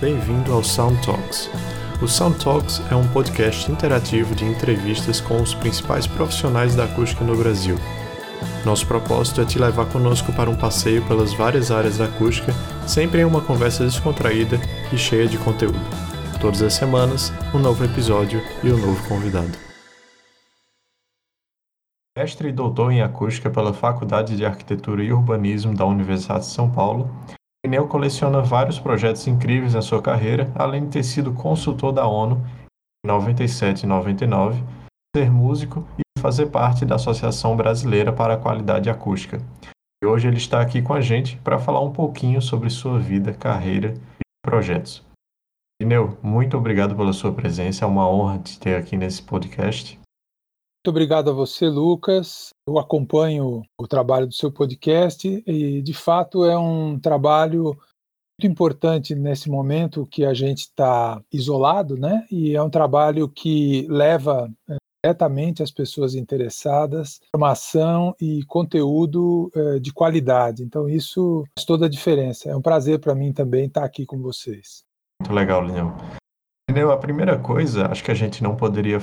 Bem-vindo ao Sound Talks. O Sound Talks é um podcast interativo de entrevistas com os principais profissionais da acústica no Brasil. Nosso propósito é te levar conosco para um passeio pelas várias áreas da acústica, sempre em uma conversa descontraída e cheia de conteúdo. Todas as semanas, um novo episódio e um novo convidado. Mestre e doutor em acústica pela Faculdade de Arquitetura e Urbanismo da Universidade de São Paulo, Lineu coleciona vários projetos incríveis na sua carreira, além de ter sido consultor da ONU em 97 e 99, ser músico e fazer parte da Associação Brasileira para a Qualidade Acústica. E hoje ele está aqui com a gente para falar um pouquinho sobre sua vida, carreira e projetos. Lineu, muito obrigado pela sua presença, é uma honra te ter aqui nesse podcast. Muito obrigado a você, Lucas. Eu acompanho o trabalho do seu podcast e, de fato, é um trabalho muito importante nesse momento que a gente está isolado, né? E é um trabalho que leva diretamente as pessoas interessadas informação e conteúdo de qualidade. Então, isso faz toda a diferença. É um prazer para mim também estar aqui com vocês. Muito legal, Lineu. Lineu, a primeira coisa, acho que a gente não poderia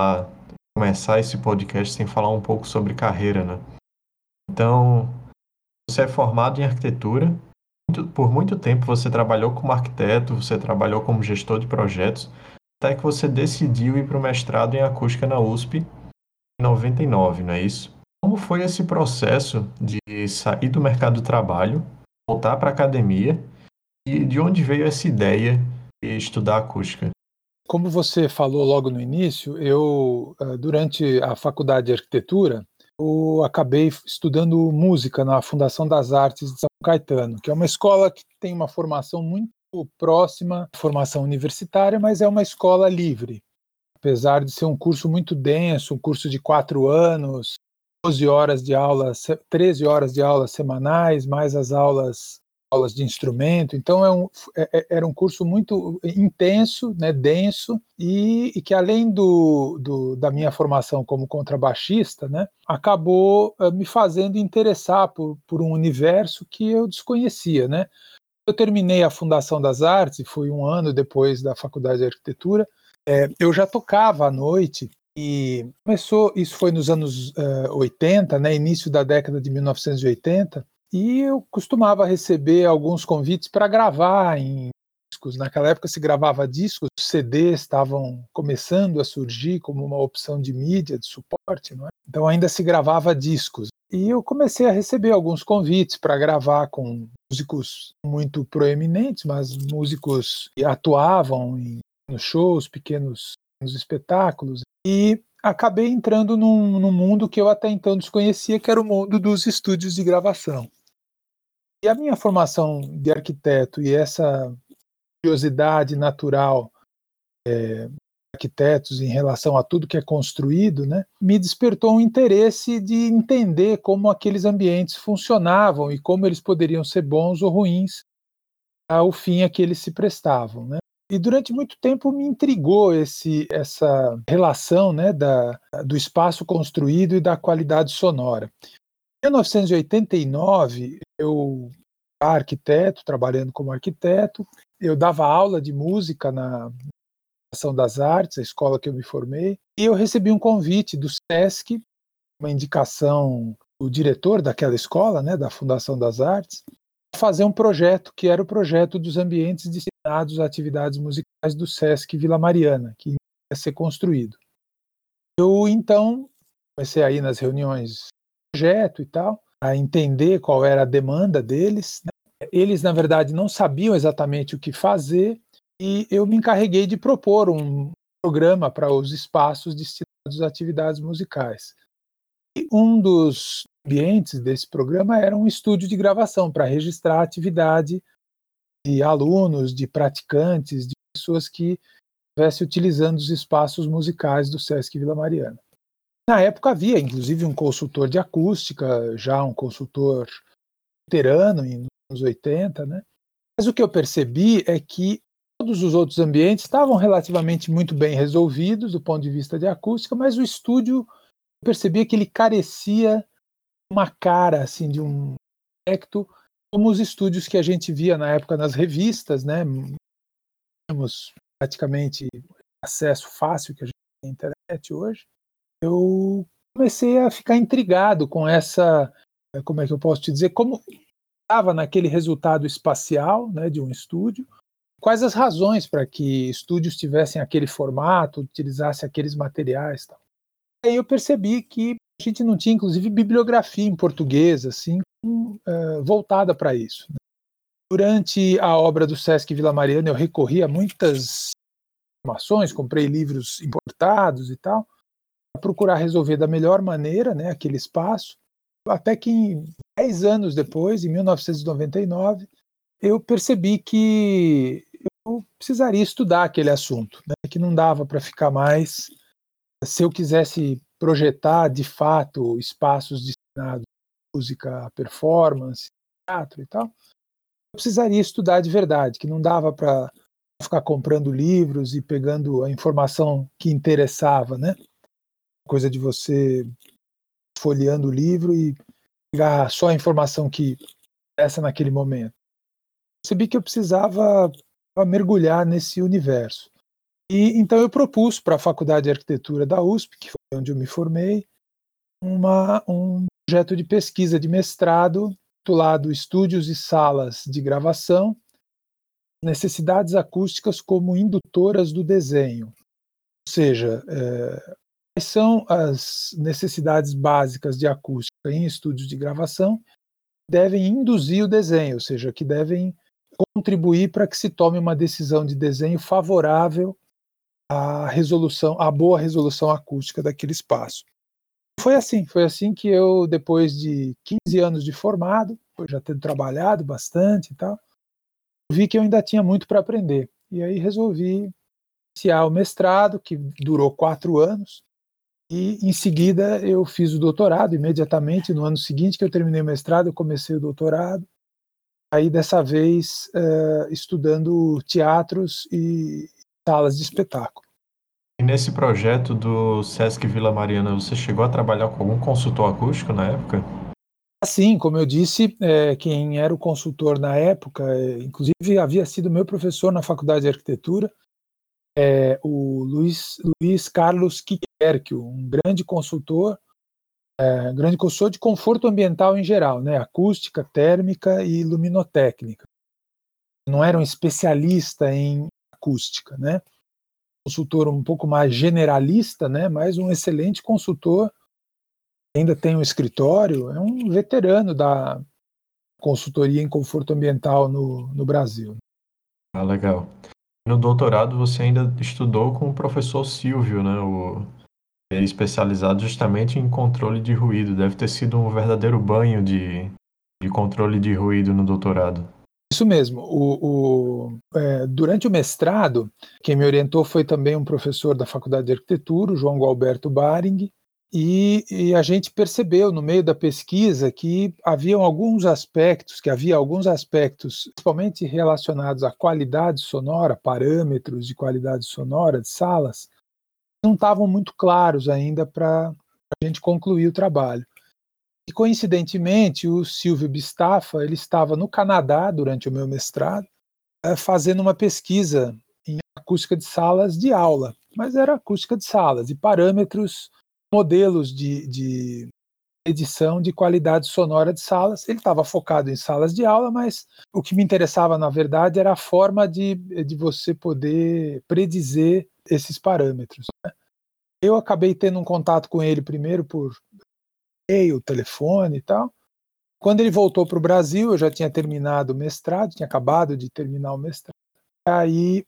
começar esse podcast sem falar um pouco sobre carreira, né? Então, você é formado em arquitetura, por muito tempo você trabalhou como arquiteto, você trabalhou como gestor de projetos, até que você decidiu ir para o mestrado em acústica na USP em 99, não é isso? Como foi esse processo de sair do mercado de trabalho, voltar para a academia, e de onde veio essa ideia de estudar acústica? Como você falou logo no início, eu, durante a faculdade de arquitetura, eu acabei estudando música na Fundação das Artes de São Caetano, que é uma escola que tem uma formação muito próxima à formação universitária, mas é uma escola livre. Apesar de ser um curso muito denso, um curso de 4 anos, 12 horas de aula, 13 horas de aulas semanais, mais as aulas de instrumento. Então era um curso muito intenso, né, denso, e que além da minha formação como contrabaixista, né, acabou me fazendo interessar por um universo que eu desconhecia, né. Eu terminei a Fundação das Artes, e foi um ano depois da Faculdade de Arquitetura, eu já tocava à noite, e isso foi nos anos 80, né, início da década de 1980, e eu costumava receber alguns convites para gravar em discos. Naquela época se gravava discos, os CDs estavam começando a surgir como uma opção de mídia, de suporte, não é? Então ainda se gravava discos. E eu comecei a receber alguns convites para gravar com músicos muito proeminentes, mas músicos que atuavam nos shows, pequenos espetáculos. E acabei entrando num mundo que eu até então desconhecia, que era o mundo dos estúdios de gravação. E a minha formação de arquiteto e essa curiosidade natural de arquitetos em relação a tudo que é construído, né, me despertou um interesse de entender como aqueles ambientes funcionavam e como eles poderiam ser bons ou ruins ao fim a que eles se prestavam, né? E durante muito tempo me intrigou essa relação, né, do espaço construído e da qualidade sonora. Em 1989, eu era arquiteto, trabalhando como arquiteto, eu dava aula de música na Fundação das Artes, a escola que eu me formei, e eu recebi um convite do SESC, uma indicação do diretor daquela escola, né, da Fundação das Artes, para fazer um projeto que era o projeto dos ambientes destinados a atividades musicais do SESC Vila Mariana, que ia ser construído. Eu, então, comecei a ir nas reuniões projeto e tal, a entender qual era a demanda deles, né? Eles, na verdade, não sabiam exatamente o que fazer, e eu me encarreguei de propor um programa para os espaços destinados a atividades musicais. E um dos ambientes desse programa era um estúdio de gravação para registrar a atividade de alunos, de praticantes, de pessoas que estivessem utilizando os espaços musicais do SESC Vila Mariana. Na época havia, inclusive, um consultor de acústica, já um consultor veterano, nos anos 80, né? Mas o que eu percebi é que todos os outros ambientes estavam relativamente muito bem resolvidos do ponto de vista de acústica, mas o estúdio, eu percebia que ele carecia uma cara, assim, de um aspecto, como os estúdios que a gente via na época nas revistas, né? temos praticamente acesso fácil que a gente tem à internet hoje, eu comecei a ficar intrigado com essa, como é que eu posso te dizer, como estava naquele resultado espacial, né, de um estúdio, quais as razões para que estúdios tivessem aquele formato, utilizassem aqueles materiais, tal. Aí eu percebi que a gente não tinha, inclusive, bibliografia em português, assim, voltada para isso. Durante a obra do Sesc Vila Mariana, eu recorri a muitas informações, comprei livros importados e tal, para procurar resolver da melhor maneira, né, aquele espaço, até que 10 anos depois, em 1999, eu percebi que eu precisaria estudar aquele assunto, né, que não dava para ficar mais. Se eu quisesse projetar de fato espaços destinados à música, performance, teatro e tal, eu precisaria estudar de verdade, que não dava para ficar comprando livros e pegando a informação que interessava, né? Coisa de você folheando o livro e pegar só a informação que interessa naquele momento. Percebi que eu precisava mergulhar nesse universo. E então eu propus para a Faculdade de Arquitetura da USP, que foi onde eu me formei, um projeto de pesquisa de mestrado titulado Estúdios e Salas de Gravação, Necessidades Acústicas como Indutoras do Desenho. Ou seja, quais são as necessidades básicas de acústica em estúdios de gravação que devem induzir o desenho, ou seja, que devem contribuir para que se tome uma decisão de desenho favorável à boa resolução acústica daquele espaço. Foi assim que eu, depois de 15 anos de formado, eu já tendo trabalhado bastante e tal, vi que eu ainda tinha muito para aprender. E aí resolvi iniciar o mestrado, que durou 4 anos, e em seguida eu fiz o doutorado, imediatamente no ano seguinte que eu terminei o mestrado, eu comecei o doutorado, aí dessa vez estudando teatros e salas de espetáculo. E nesse projeto do Sesc Vila Mariana, você chegou a trabalhar com algum consultor acústico na época? Assim, como eu disse, quem era o consultor na época, inclusive havia sido meu professor na Faculdade de Arquitetura, o Luiz Carlos Quiquerquio, um grande consultor de conforto ambiental em geral, né, acústica, térmica e luminotécnica. Não era um especialista em acústica, né, consultor um pouco mais generalista, né, mas um excelente consultor, ainda tem um escritório, é um veterano da consultoria em conforto ambiental no Brasil. Ah, legal. No doutorado você ainda estudou com o professor Silvio, né? Especializado justamente em controle de ruído. Deve ter sido um verdadeiro banho de controle de ruído no doutorado. Isso mesmo. Durante o mestrado, quem me orientou foi também um professor da Faculdade de Arquitetura, o João Gualberto Baring, e a gente percebeu no meio da pesquisa que havia alguns aspectos, principalmente relacionados à qualidade sonora, parâmetros de qualidade sonora de salas, não estavam muito claros ainda para a gente concluir o trabalho. E, coincidentemente, o Silvio Bistaffa, ele estava no Canadá durante o meu mestrado, fazendo uma pesquisa em acústica de salas de aula, mas era acústica de salas, e parâmetros, modelos de edição de qualidade sonora de salas. Ele estava focado em salas de aula, mas o que me interessava, na verdade, era a forma de você poder predizer esses parâmetros, né? Eu acabei tendo um contato com ele primeiro por e-mail, telefone e tal. Quando ele voltou para o Brasil, eu já tinha terminado o mestrado, tinha acabado de terminar o mestrado. Aí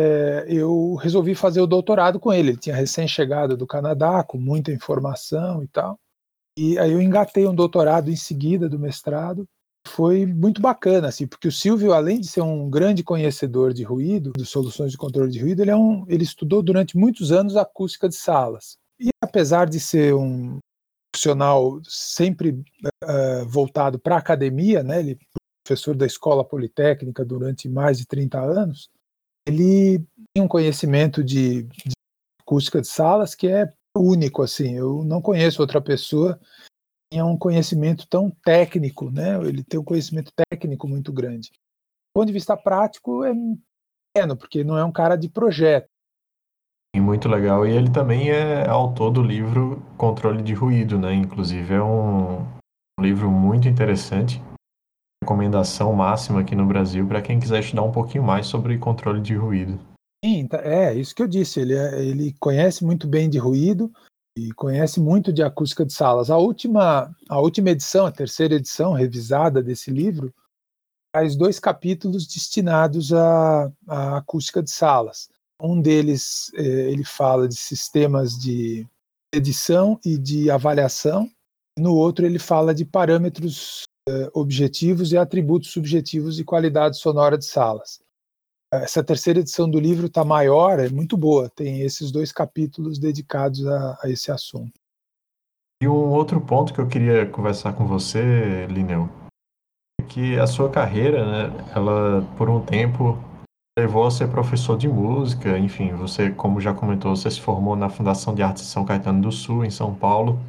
eu resolvi fazer o doutorado com ele. Ele tinha recém-chegado do Canadá, com muita informação e tal. E aí eu engatei um doutorado em seguida do mestrado. Foi muito bacana, assim, porque o Silvio, além de ser um grande conhecedor de ruído, de soluções de controle de ruído, ele estudou durante muitos anos a acústica de salas. E apesar de ser um profissional sempre voltado para a academia, né, ele é professor da Escola Politécnica durante mais de 30 anos, ele tem um conhecimento de acústica de salas que é único, assim. Eu não conheço outra pessoa que tenha um conhecimento tão técnico, né? Ele tem um conhecimento técnico muito grande. Do ponto de vista prático, é porque não é um cara de projeto. E muito legal. E ele também é autor do livro Controle de Ruído, né? Inclusive é um livro muito interessante. Recomendação máxima aqui no Brasil para quem quiser estudar um pouquinho mais sobre controle de ruído. Sim, é isso que eu disse. Ele conhece muito bem de ruído e conhece muito de acústica de salas. A última edição, a terceira edição revisada desse livro, traz 2 capítulos destinados à acústica de salas. Um deles ele fala de sistemas de edição e de avaliação. No outro ele fala de parâmetros objetivos e atributos subjetivos de qualidade sonora de salas. Essa terceira edição do livro está maior, é muito boa, tem esses 2 capítulos dedicados a esse assunto. E um outro ponto que eu queria conversar com você, Lineu, é que a sua carreira, né, ela por um tempo levou a ser professor de música, enfim, você, como já comentou, você se formou na Fundação de Artes de São Caetano do Sul, em São Paulo,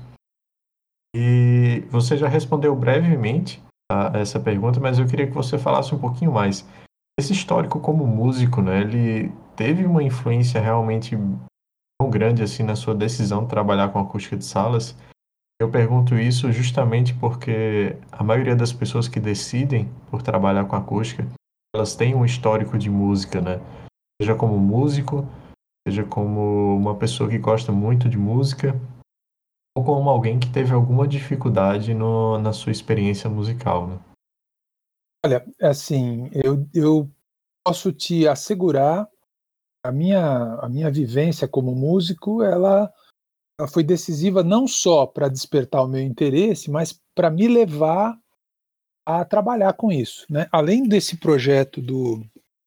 e você já respondeu brevemente a essa pergunta, mas eu queria que você falasse um pouquinho mais. Esse histórico como músico, né, ele teve uma influência realmente tão grande assim na sua decisão de trabalhar com acústica de salas? Eu pergunto isso justamente porque a maioria das pessoas que decidem por trabalhar com acústica, elas têm um histórico de música, né? Seja como músico, seja como uma pessoa que gosta muito de música, ou como alguém que teve alguma dificuldade na sua experiência musical, né? Olha, assim, eu posso te assegurar, a minha vivência como músico, ela foi decisiva não só para despertar o meu interesse, mas para me levar a trabalhar com isso, né? Além desse projeto do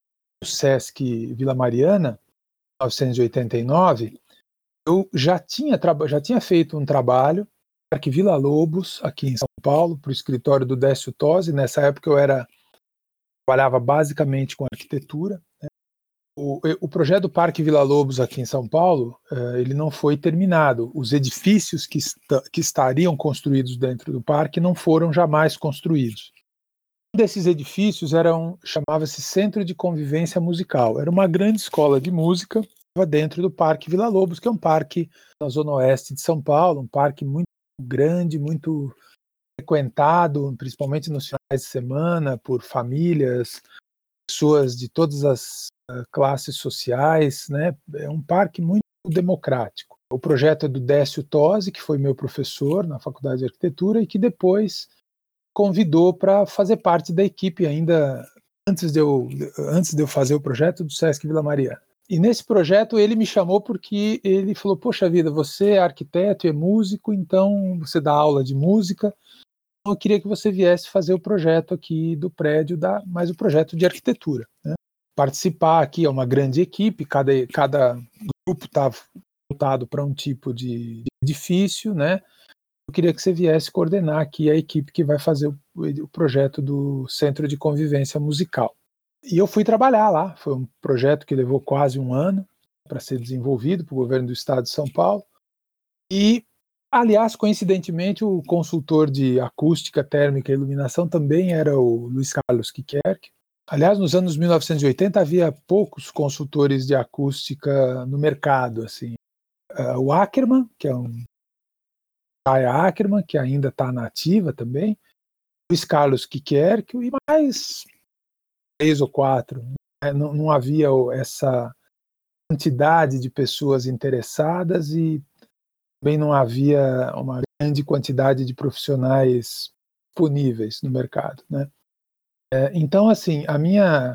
Sesc Vila Mariana, 1989, eu já tinha feito um trabalho para que Vila Lobos, aqui em São Paulo, para o escritório do Décio Tosi. Nessa época eu trabalhava basicamente com arquitetura. O projeto do Parque Vila Lobos aqui em São Paulo, ele não foi terminado. Os edifícios que estariam construídos dentro do parque não foram jamais construídos. Um desses edifícios chamava-se Centro de Convivência Musical. Era uma grande escola de música dentro do Parque Vila Lobos, que é um parque na zona oeste de São Paulo, um parque muito grande, muito frequentado, principalmente nos finais de semana, por famílias, pessoas de todas as classes sociais, né? É um parque muito democrático. O projeto é do Décio Tosi, que foi meu professor na Faculdade de Arquitetura e que depois convidou para fazer parte da equipe ainda antes de eu fazer o projeto do Sesc Vila Mariana. E nesse projeto ele me chamou porque ele falou: poxa vida, você é arquiteto e é músico, então você dá aula de música, eu queria que você viesse fazer o projeto aqui do prédio, mais o projeto de arquitetura, né? Participar aqui é uma grande equipe, cada grupo está voltado para um tipo de edifício, né? Eu queria que você viesse coordenar aqui a equipe que vai fazer o projeto do Centro de Convivência Musical. E eu fui trabalhar lá, foi um projeto que levou quase um ano para ser desenvolvido para o governo do estado de São Paulo. E, aliás, coincidentemente, o consultor de acústica, térmica e iluminação também era o Luiz Carlos Kikerk. Aliás, nos anos 1980 havia poucos consultores de acústica no mercado, assim. O Ackerman, que é um Kaya Ackerman, que ainda está na ativa também, Luiz Carlos Kikerk e mais 3 ou 4. Não havia essa quantidade de pessoas interessadas e também não havia uma grande quantidade de profissionais disponíveis no mercado, né? Então, assim, a minha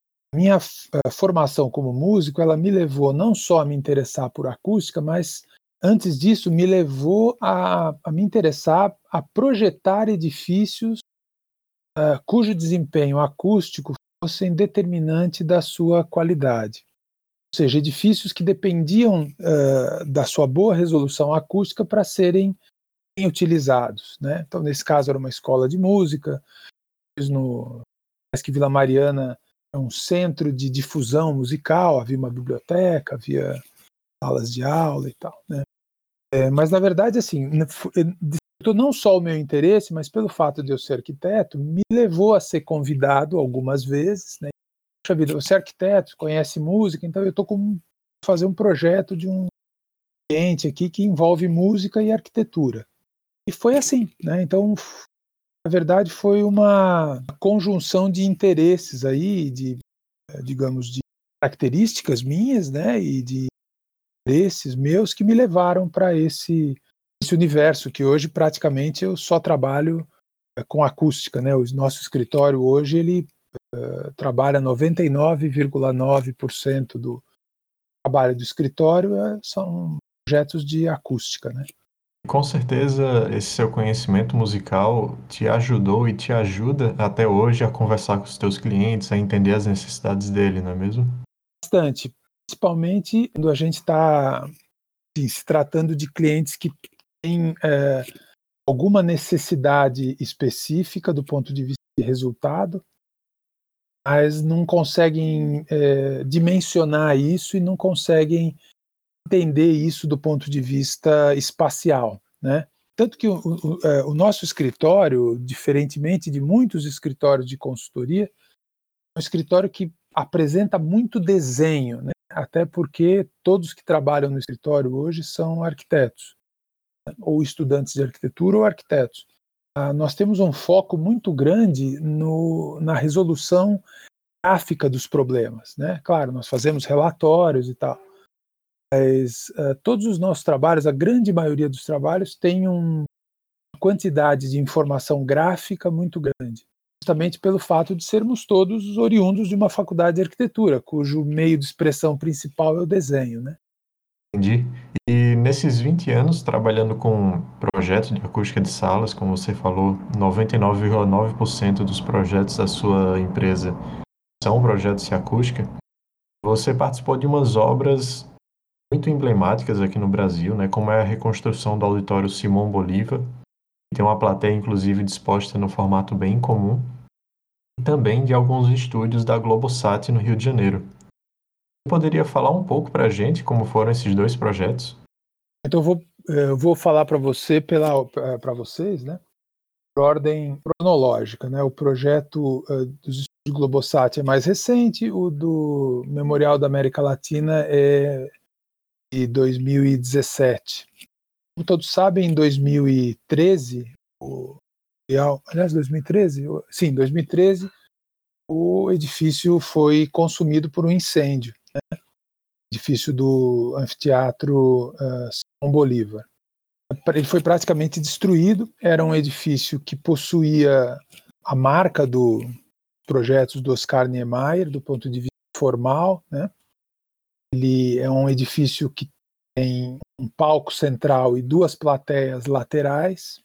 formação como músico, ela me levou não só a me interessar por acústica, mas antes disso me levou a me interessar a projetar edifícios cujo desempenho acústico fosse determinante da sua qualidade. Ou seja, edifícios que dependiam da sua boa resolução acústica para serem bem utilizados, né? Então, nesse caso, era uma escola de música, no Sesc Vila Mariana é um centro de difusão musical, havia uma biblioteca, havia salas de aula e tal, né? Mas, na verdade, assim, despertou não só o meu interesse, mas pelo fato de eu ser arquiteto, me levou a ser convidado algumas vezes, né, poxa vida, você é arquiteto, conhece música, então eu estou fazer um projeto de um cliente aqui que envolve música e arquitetura. E foi assim, né? Então, na verdade, foi uma conjunção de interesses aí, digamos, de características minhas, né? E de interesses meus que me levaram para esse universo que hoje praticamente eu só trabalho com acústica, né? O nosso escritório hoje ele trabalha 99,9% do trabalho do escritório são projetos de acústica, né? Com certeza, esse seu conhecimento musical te ajudou e te ajuda até hoje a conversar com os teus clientes, a entender as necessidades dele, não é mesmo? Bastante, principalmente quando a gente está se tratando de clientes que têm alguma necessidade específica do ponto de vista de resultado, mas não conseguem dimensionar isso e não conseguem entender isso do ponto de vista espacial, né? Tanto que o nosso escritório, diferentemente de muitos escritórios de consultoria, é um escritório que apresenta muito desenho, né? Até porque todos que trabalham no escritório hoje são arquitetos, né? Ou estudantes de arquitetura ou arquitetos. Nós temos um foco muito grande na resolução gráfica dos problemas, né? Claro, nós fazemos relatórios e tal, mas todos os nossos trabalhos, a grande maioria dos trabalhos, tem uma quantidade de informação gráfica muito grande, justamente pelo fato de sermos todos oriundos de uma faculdade de arquitetura, cujo meio de expressão principal é o desenho, né? Entendi. E nesses 20 anos trabalhando com projetos de acústica de salas, como você falou, 99,9% dos projetos da sua empresa são projetos de acústica. Você participou de umas obras muito emblemáticas aqui no Brasil, né, como é a reconstrução do auditório Simão Bolívar, que tem uma plateia inclusive disposta no formato bem comum, e também de alguns estúdios da Globosat no Rio de Janeiro. Você poderia falar um pouco para a gente como foram esses dois projetos? Então eu vou falar para vocês, né, por ordem cronológica, né? O projeto dos estúdios Globosat é mais recente, o do Memorial da América Latina é de 2017. Como todos sabem, em 2013, aliás, 2013? Sim, 2013, o edifício foi consumido por um incêndio, né? Edifício do Anfiteatro Simão Bolívar. Ele foi praticamente destruído, era um edifício que possuía a marca dos projetos do Oscar Niemeyer, do ponto de vista formal, né? Ele é um edifício que tem um palco central e duas plateias laterais.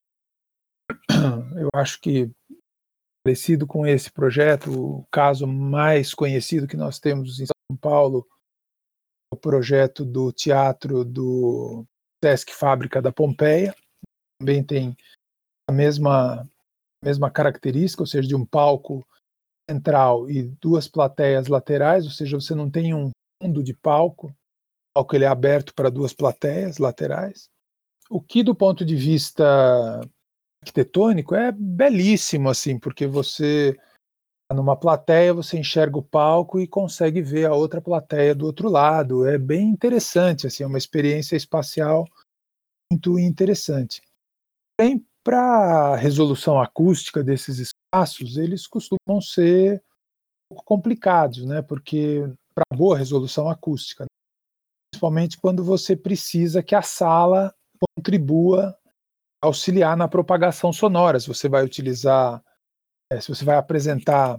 Eu acho que, parecido com esse projeto, o caso mais conhecido que nós temos em São Paulo é o projeto do teatro do Sesc Fábrica da Pompeia. Também tem a mesma característica, ou seja, de um palco central e duas plateias laterais, ou seja, você não tem um fundo de palco, o palco ele é aberto para duas plateias laterais. O que, do ponto de vista arquitetônico, é belíssimo, assim, porque você, numa plateia, você enxerga o palco e consegue ver a outra plateia do outro lado. É bem interessante, assim, é uma experiência espacial muito interessante. Porém, para a resolução acústica desses espaços, eles costumam ser um pouco complicados, né? Porque para boa resolução acústica, né? Principalmente quando você precisa que a sala contribua, auxiliar na propagação sonora. Se você vai utilizar, se você vai apresentar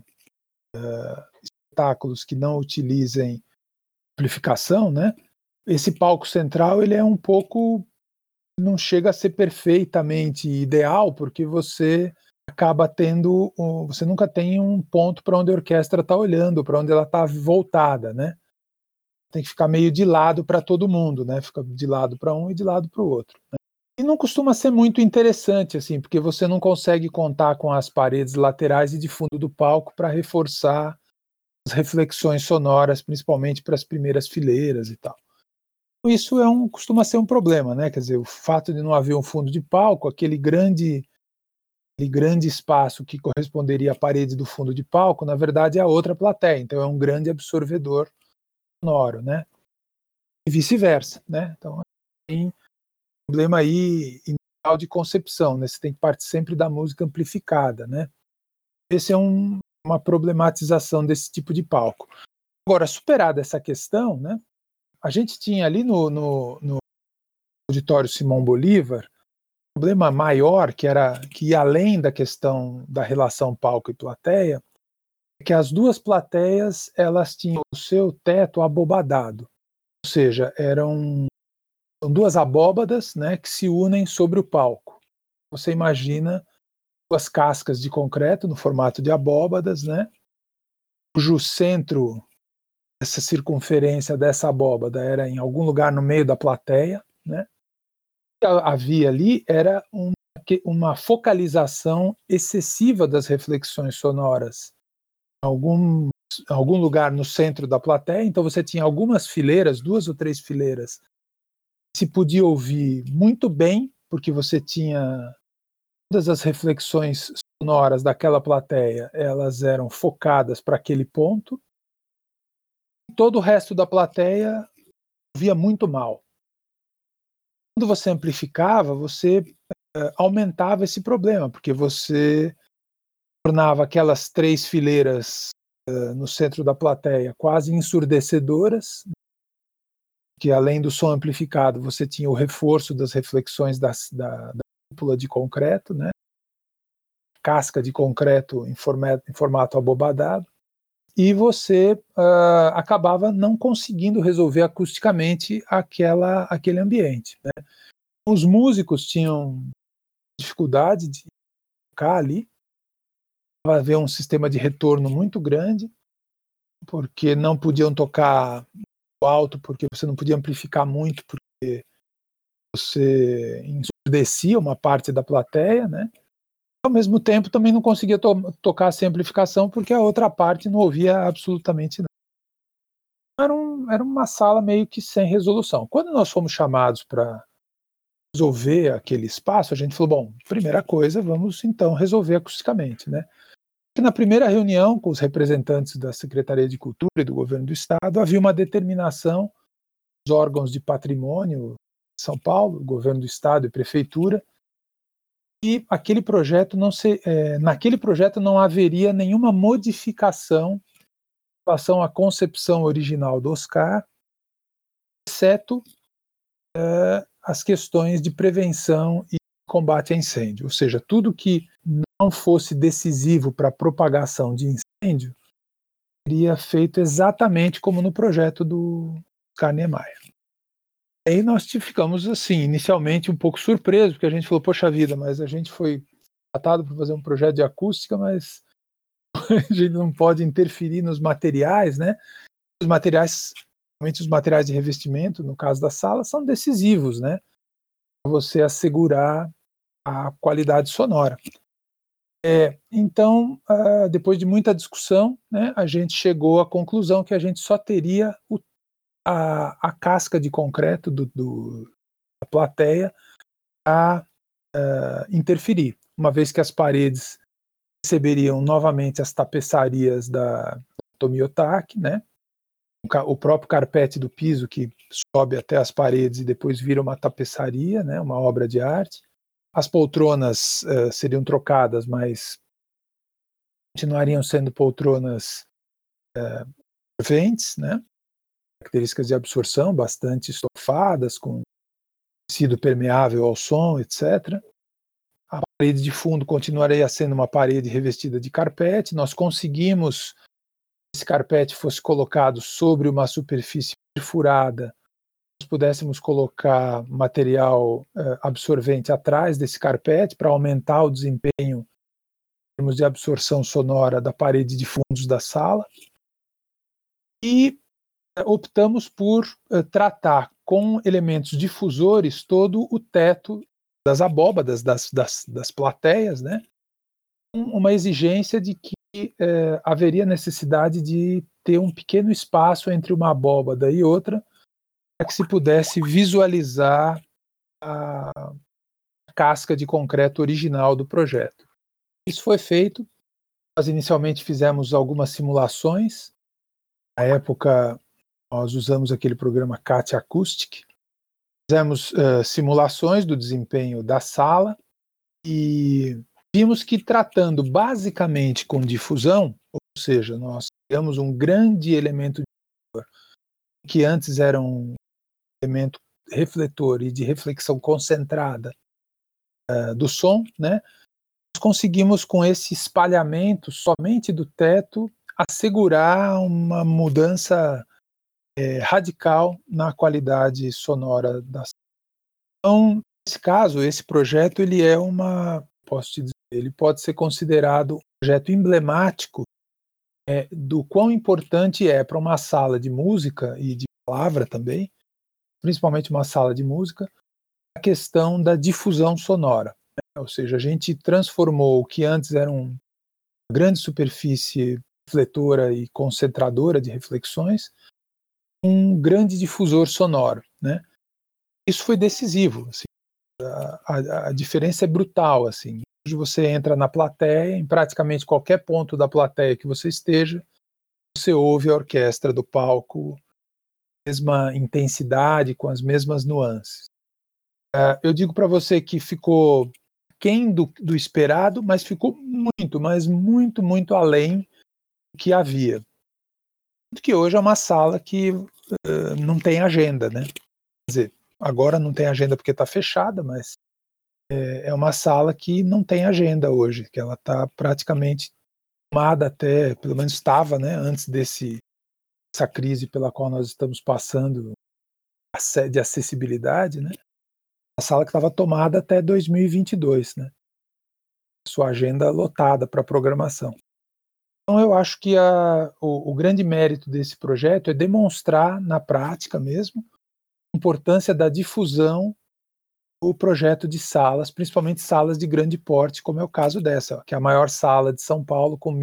espetáculos que não utilizem amplificação, né? Esse palco central ele é um pouco, não chega a ser perfeitamente ideal, porque você acaba tendo, você nunca tem um ponto para onde a orquestra está olhando, para onde ela está voltada, né? Tem que ficar meio de lado para todo mundo, né? Fica de lado para um e de lado para o outro, né? E não costuma ser muito interessante, assim, porque você não consegue contar com as paredes laterais e de fundo do palco para reforçar as reflexões sonoras, principalmente para as primeiras fileiras e tal. Isso costuma ser um problema, né? Quer dizer, o fato de não haver um fundo de palco, aquele grande grande espaço que corresponderia à parede do fundo de palco, na verdade é a outra plateia, então é um grande absorvedor sonoro, né? E vice-versa, né? Então tem um problema aí inicial de concepção, né? Você tem que partir sempre da música amplificada, né? Esse é uma problematização desse tipo de palco. Agora, superada essa questão, né? A gente tinha ali no auditório Simão Bolívar um problema maior que ia além da questão da relação palco e plateia, que as duas plateias elas tinham o seu teto abobadado, ou seja, são duas abóbadas, né, que se unem sobre o palco. Você imagina duas cascas de concreto no formato de abóbadas, né, cujo centro, essa circunferência dessa abóbada era em algum lugar no meio da plateia, né. O que havia ali era uma focalização excessiva das reflexões sonoras algum lugar no centro da plateia, então você tinha algumas fileiras, 2 ou 3 fileiras, se podia ouvir muito bem, porque você tinha todas as reflexões sonoras daquela plateia, elas eram focadas para aquele ponto, e todo o resto da plateia ouvia muito mal. Quando você amplificava, você aumentava esse problema, porque você tornava aquelas 3 fileiras no centro da plateia quase ensurdecedoras, que além do som amplificado você tinha o reforço das reflexões da cúpula de concreto, né? Casca de concreto em formato abobadado, e você acabava não conseguindo resolver acusticamente aquele ambiente, né? Os músicos tinham dificuldade de tocar ali, havia um sistema de retorno muito grande, porque não podiam tocar alto, porque você não podia amplificar muito, porque você ensurdecia uma parte da plateia, né? Ao mesmo tempo também não conseguia tocar sem amplificação, porque a outra parte não ouvia absolutamente nada. Era uma sala meio que sem resolução. Quando nós fomos chamados para resolver aquele espaço, a gente falou, bom, primeira coisa, vamos então resolver acusticamente, né? Na primeira reunião com os representantes da Secretaria de Cultura e do Governo do Estado, havia uma determinação dos órgãos de patrimônio de São Paulo, Governo do Estado e Prefeitura, e aquele projeto naquele projeto não haveria nenhuma modificação em relação à concepção original do Oscar, exceto as questões de prevenção e combate a incêndio, ou seja, tudo que não fosse decisivo para a propagação de incêndio seria feito exatamente como no projeto do Oscar Niemeyer. Aí nós ficamos assim, inicialmente um pouco surpresos, porque a gente falou, poxa vida, mas a gente foi tratado para fazer um projeto de acústica, mas a gente não pode interferir nos materiais, né? Os materiais, principalmente os materiais de revestimento, no caso da sala, são decisivos, né? Para você assegurar a qualidade sonora. Então, depois de muita discussão, né, a gente chegou à conclusão que a gente só teria a casca de concreto da plateia a interferir, uma vez que as paredes receberiam novamente as tapeçarias da Tomiotaki, né? O próprio carpete do piso que sobe até as paredes e depois vira uma tapeçaria, né? Uma obra de arte. As poltronas seriam trocadas, mas continuariam sendo poltronas absorventes, né? Características de absorção bastante estofadas, com tecido permeável ao som, etc. A parede de fundo continuaria sendo uma parede revestida de carpete. Nós conseguimos que esse carpete fosse colocado sobre uma superfície perfurada, nós pudéssemos colocar material absorvente atrás desse carpete para aumentar o desempenho em termos de absorção sonora da parede de fundos da sala. E optamos por tratar com elementos difusores todo o teto das abóbadas, das plateias, né? Uma exigência de que haveria necessidade de ter um pequeno espaço entre uma abóbada e outra para que se pudesse visualizar a casca de concreto original do projeto. Isso foi feito. Nós inicialmente fizemos algumas simulações. Na época, nós usamos aquele programa CAT Acoustic. Fizemos simulações do desempenho da sala e vimos que, tratando basicamente com difusão, ou seja, nós criamos um grande elemento que antes era um elemento refletor e de reflexão concentrada do som, né? Nós conseguimos, com esse espalhamento somente do teto, assegurar uma mudança radical na qualidade sonora da sala. Então, nesse caso, esse projeto ele é posso te dizer, ele pode ser considerado um projeto emblemático do quão importante é para uma sala de música e de palavra também, principalmente uma sala de música, a questão da difusão sonora. Ou seja, a gente transformou o que antes era uma grande superfície refletora e concentradora de reflexões em um grande difusor sonoro, né? Isso foi decisivo. Assim, a diferença é brutal. Assim. Hoje você entra na plateia, em praticamente qualquer ponto da plateia que você esteja, você ouve a orquestra do palco, mesma intensidade, com as mesmas nuances. Eu digo para você que ficou aquém do esperado, mas ficou muito, mas muito, muito além do que havia. Tanto que hoje é uma sala que não tem agenda, né? Quer dizer, agora não tem agenda porque está fechada, mas é uma sala que não tem agenda hoje, que ela está praticamente tomada até, pelo menos estava, né, antes dessa crise pela qual nós estamos passando, de acessibilidade, né? A sala que estava tomada até 2022, né? Sua agenda lotada para programação. Então eu acho que o grande mérito desse projeto é demonstrar na prática mesmo a importância da difusão do projeto de salas, principalmente salas de grande porte, como é o caso dessa, que é a maior sala de São Paulo com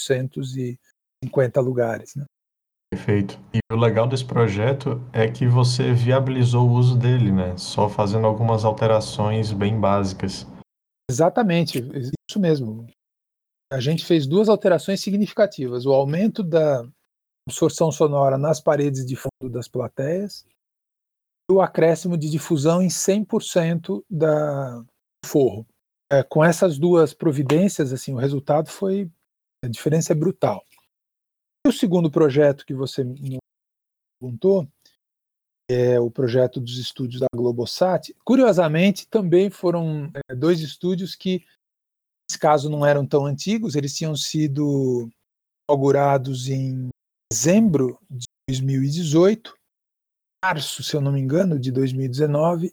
1.850 lugares, né? Perfeito. E o legal desse projeto é que você viabilizou o uso dele, né? Só fazendo algumas alterações bem básicas. Exatamente, isso mesmo. A gente fez 2 alterações significativas: o aumento da absorção sonora nas paredes de fundo das plateias e o acréscimo de difusão em 100% do forro. Com essas 2 providências, assim, o resultado foi, a diferença é brutal. E o segundo projeto que você me perguntou é o projeto dos estúdios da Globosat. Curiosamente, também foram 2 estúdios que, nesse caso, não eram tão antigos, eles tinham sido inaugurados em dezembro de 2018, março, se eu não me engano, de 2019,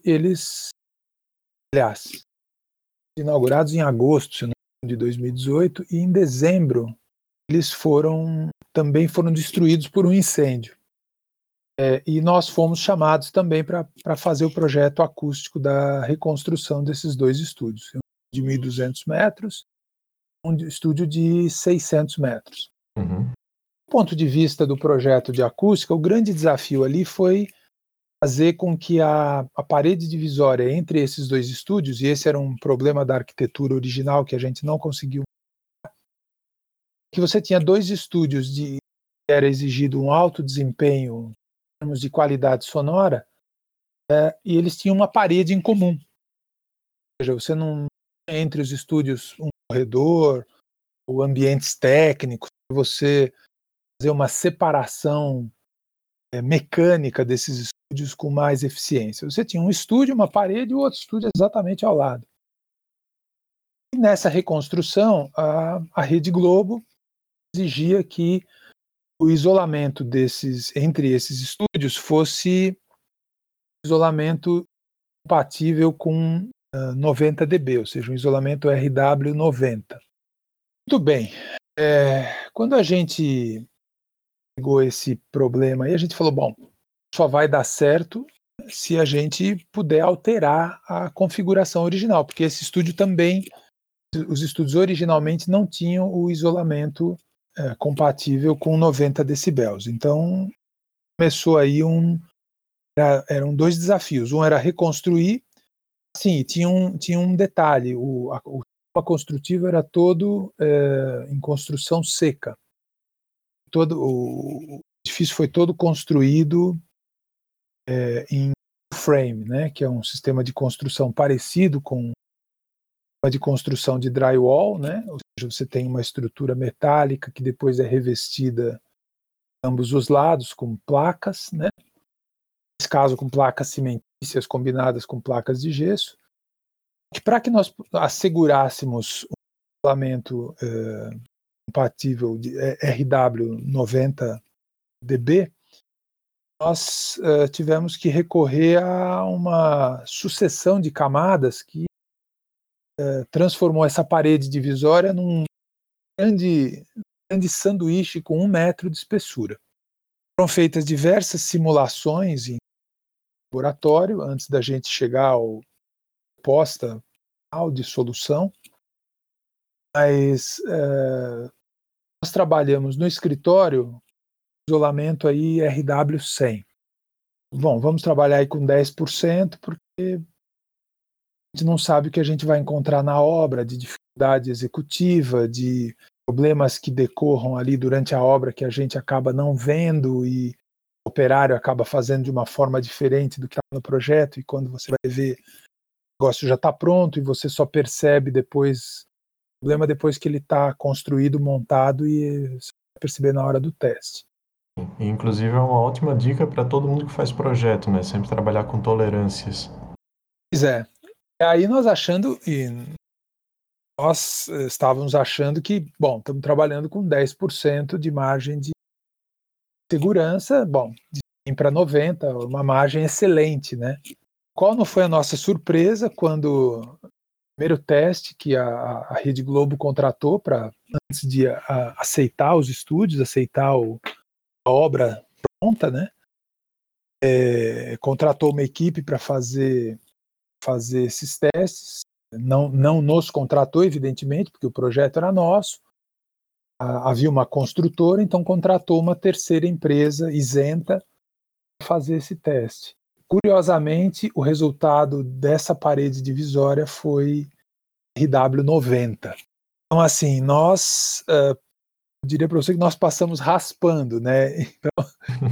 aliás, inaugurados em agosto, se eu não me engano, de 2018, e em dezembro eles também foram destruídos por um incêndio. E nós fomos chamados também para fazer o projeto acústico da reconstrução desses 2 estúdios, de 1.200 metros, um estúdio de 600 metros. Uhum. Do ponto de vista do projeto de acústica, o grande desafio ali foi fazer com que a parede divisória entre esses 2 estúdios, e esse era um problema da arquitetura original que a gente não conseguiu, que você tinha 2 estúdios que era exigido um alto desempenho em termos de qualidade sonora, e eles tinham uma parede em comum. Ou seja, você não tinha entre os estúdios um corredor ou ambientes técnicos, você fazer uma separação mecânica desses estúdios com mais eficiência. Você tinha um estúdio, uma parede e o outro estúdio exatamente ao lado. E nessa reconstrução, a Rede Globo exigia que o isolamento entre esses estúdios fosse isolamento compatível com 90 dB, ou seja, um isolamento RW90. Muito bem. Quando a gente pegou esse problema aí, a gente falou, bom, só vai dar certo se a gente puder alterar a configuração original, porque esse estúdio também, os estúdios originalmente não tinham o isolamento compatível com 90 decibéis. Então, começou aí eram 2 desafios. Um era reconstruir, sim, tinha um detalhe, o construtivo era todo em construção seca. O edifício foi todo construído em frame, né, que é um sistema de construção parecido com a de construção de drywall, né, ou seja, você tem uma estrutura metálica que depois é revestida em ambos os lados com placas, né, nesse caso com placas cimentícias combinadas com placas de gesso, que para que nós assegurássemos um isolamento compatível de RW90dB, nós tivemos que recorrer a uma sucessão de camadas que transformou essa parede divisória num grande sanduíche com 1 metro de espessura. Foram feitas diversas simulações em laboratório antes da gente chegar ao proposta de solução, mas nós trabalhamos no escritório isolamento aí RW100. Bom, vamos trabalhar aí com 10%, porque a gente não sabe o que a gente vai encontrar na obra, de dificuldade executiva, de problemas que decorram ali durante a obra que a gente acaba não vendo e o operário acaba fazendo de uma forma diferente do que está no projeto, e quando você vai ver, o negócio já está pronto e você só percebe depois o problema depois que ele está construído, montado, e você vai perceber na hora do teste. Inclusive é uma ótima dica para todo mundo que faz projeto, né? Sempre trabalhar com tolerâncias. Pois é. Aí nós estávamos achando que, bom, estamos trabalhando com 10% de margem de segurança, bom, de 100 para 90, uma margem excelente, né? Qual não foi a nossa surpresa quando o primeiro teste que a Rede Globo contratou antes de aceitar os estúdios, aceitar a obra pronta, né? Contratou uma equipe para fazer esses testes. Não nos contratou, evidentemente, porque o projeto era nosso. Havia uma construtora, então contratou uma terceira empresa isenta para fazer esse teste. Curiosamente, o resultado dessa parede divisória foi RW90. Então, assim, nós eu diria para você que nós passamos raspando, né? Então,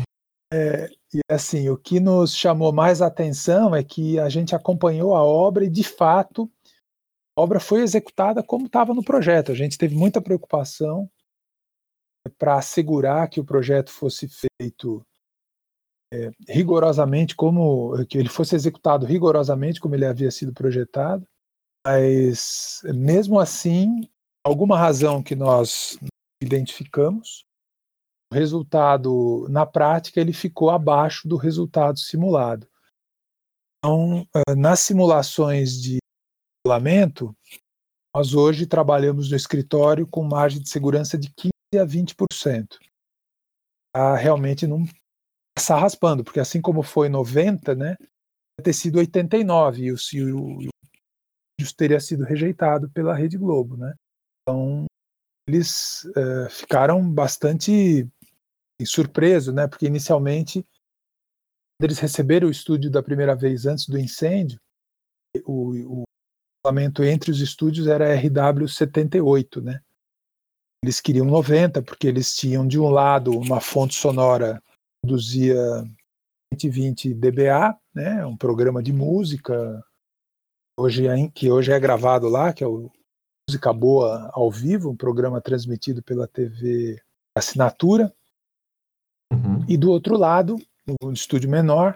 e assim, o que nos chamou mais atenção é que a gente acompanhou a obra e, de fato, a obra foi executada como estava no projeto. A gente teve muita preocupação para assegurar que o projeto fosse feito rigorosamente, que ele fosse executado rigorosamente como ele havia sido projetado. Mas, mesmo assim, alguma razão que nós identificamos, o resultado, na prática, ele ficou abaixo do resultado simulado. Então, nas simulações de isolamento, nós hoje trabalhamos no escritório com margem de segurança de 15% a 20%. Realmente não passar raspando, porque assim como foi 90, né, vai ter sido 89, e o teria sido rejeitado pela Rede Globo, né? Então, eles ficaram bastante surpresos, né? Porque inicialmente, quando eles receberam o estúdio da primeira vez antes do incêndio, o isolamento entre os estúdios era RW78, né? Eles queriam 90, porque eles tinham, de um lado, uma fonte sonora que produzia 120 dBA, né? Um programa de música, que hoje é gravado lá, que é o Música Boa ao Vivo, um programa transmitido pela TV Assinatura. Uhum. E do outro lado, no estúdio menor,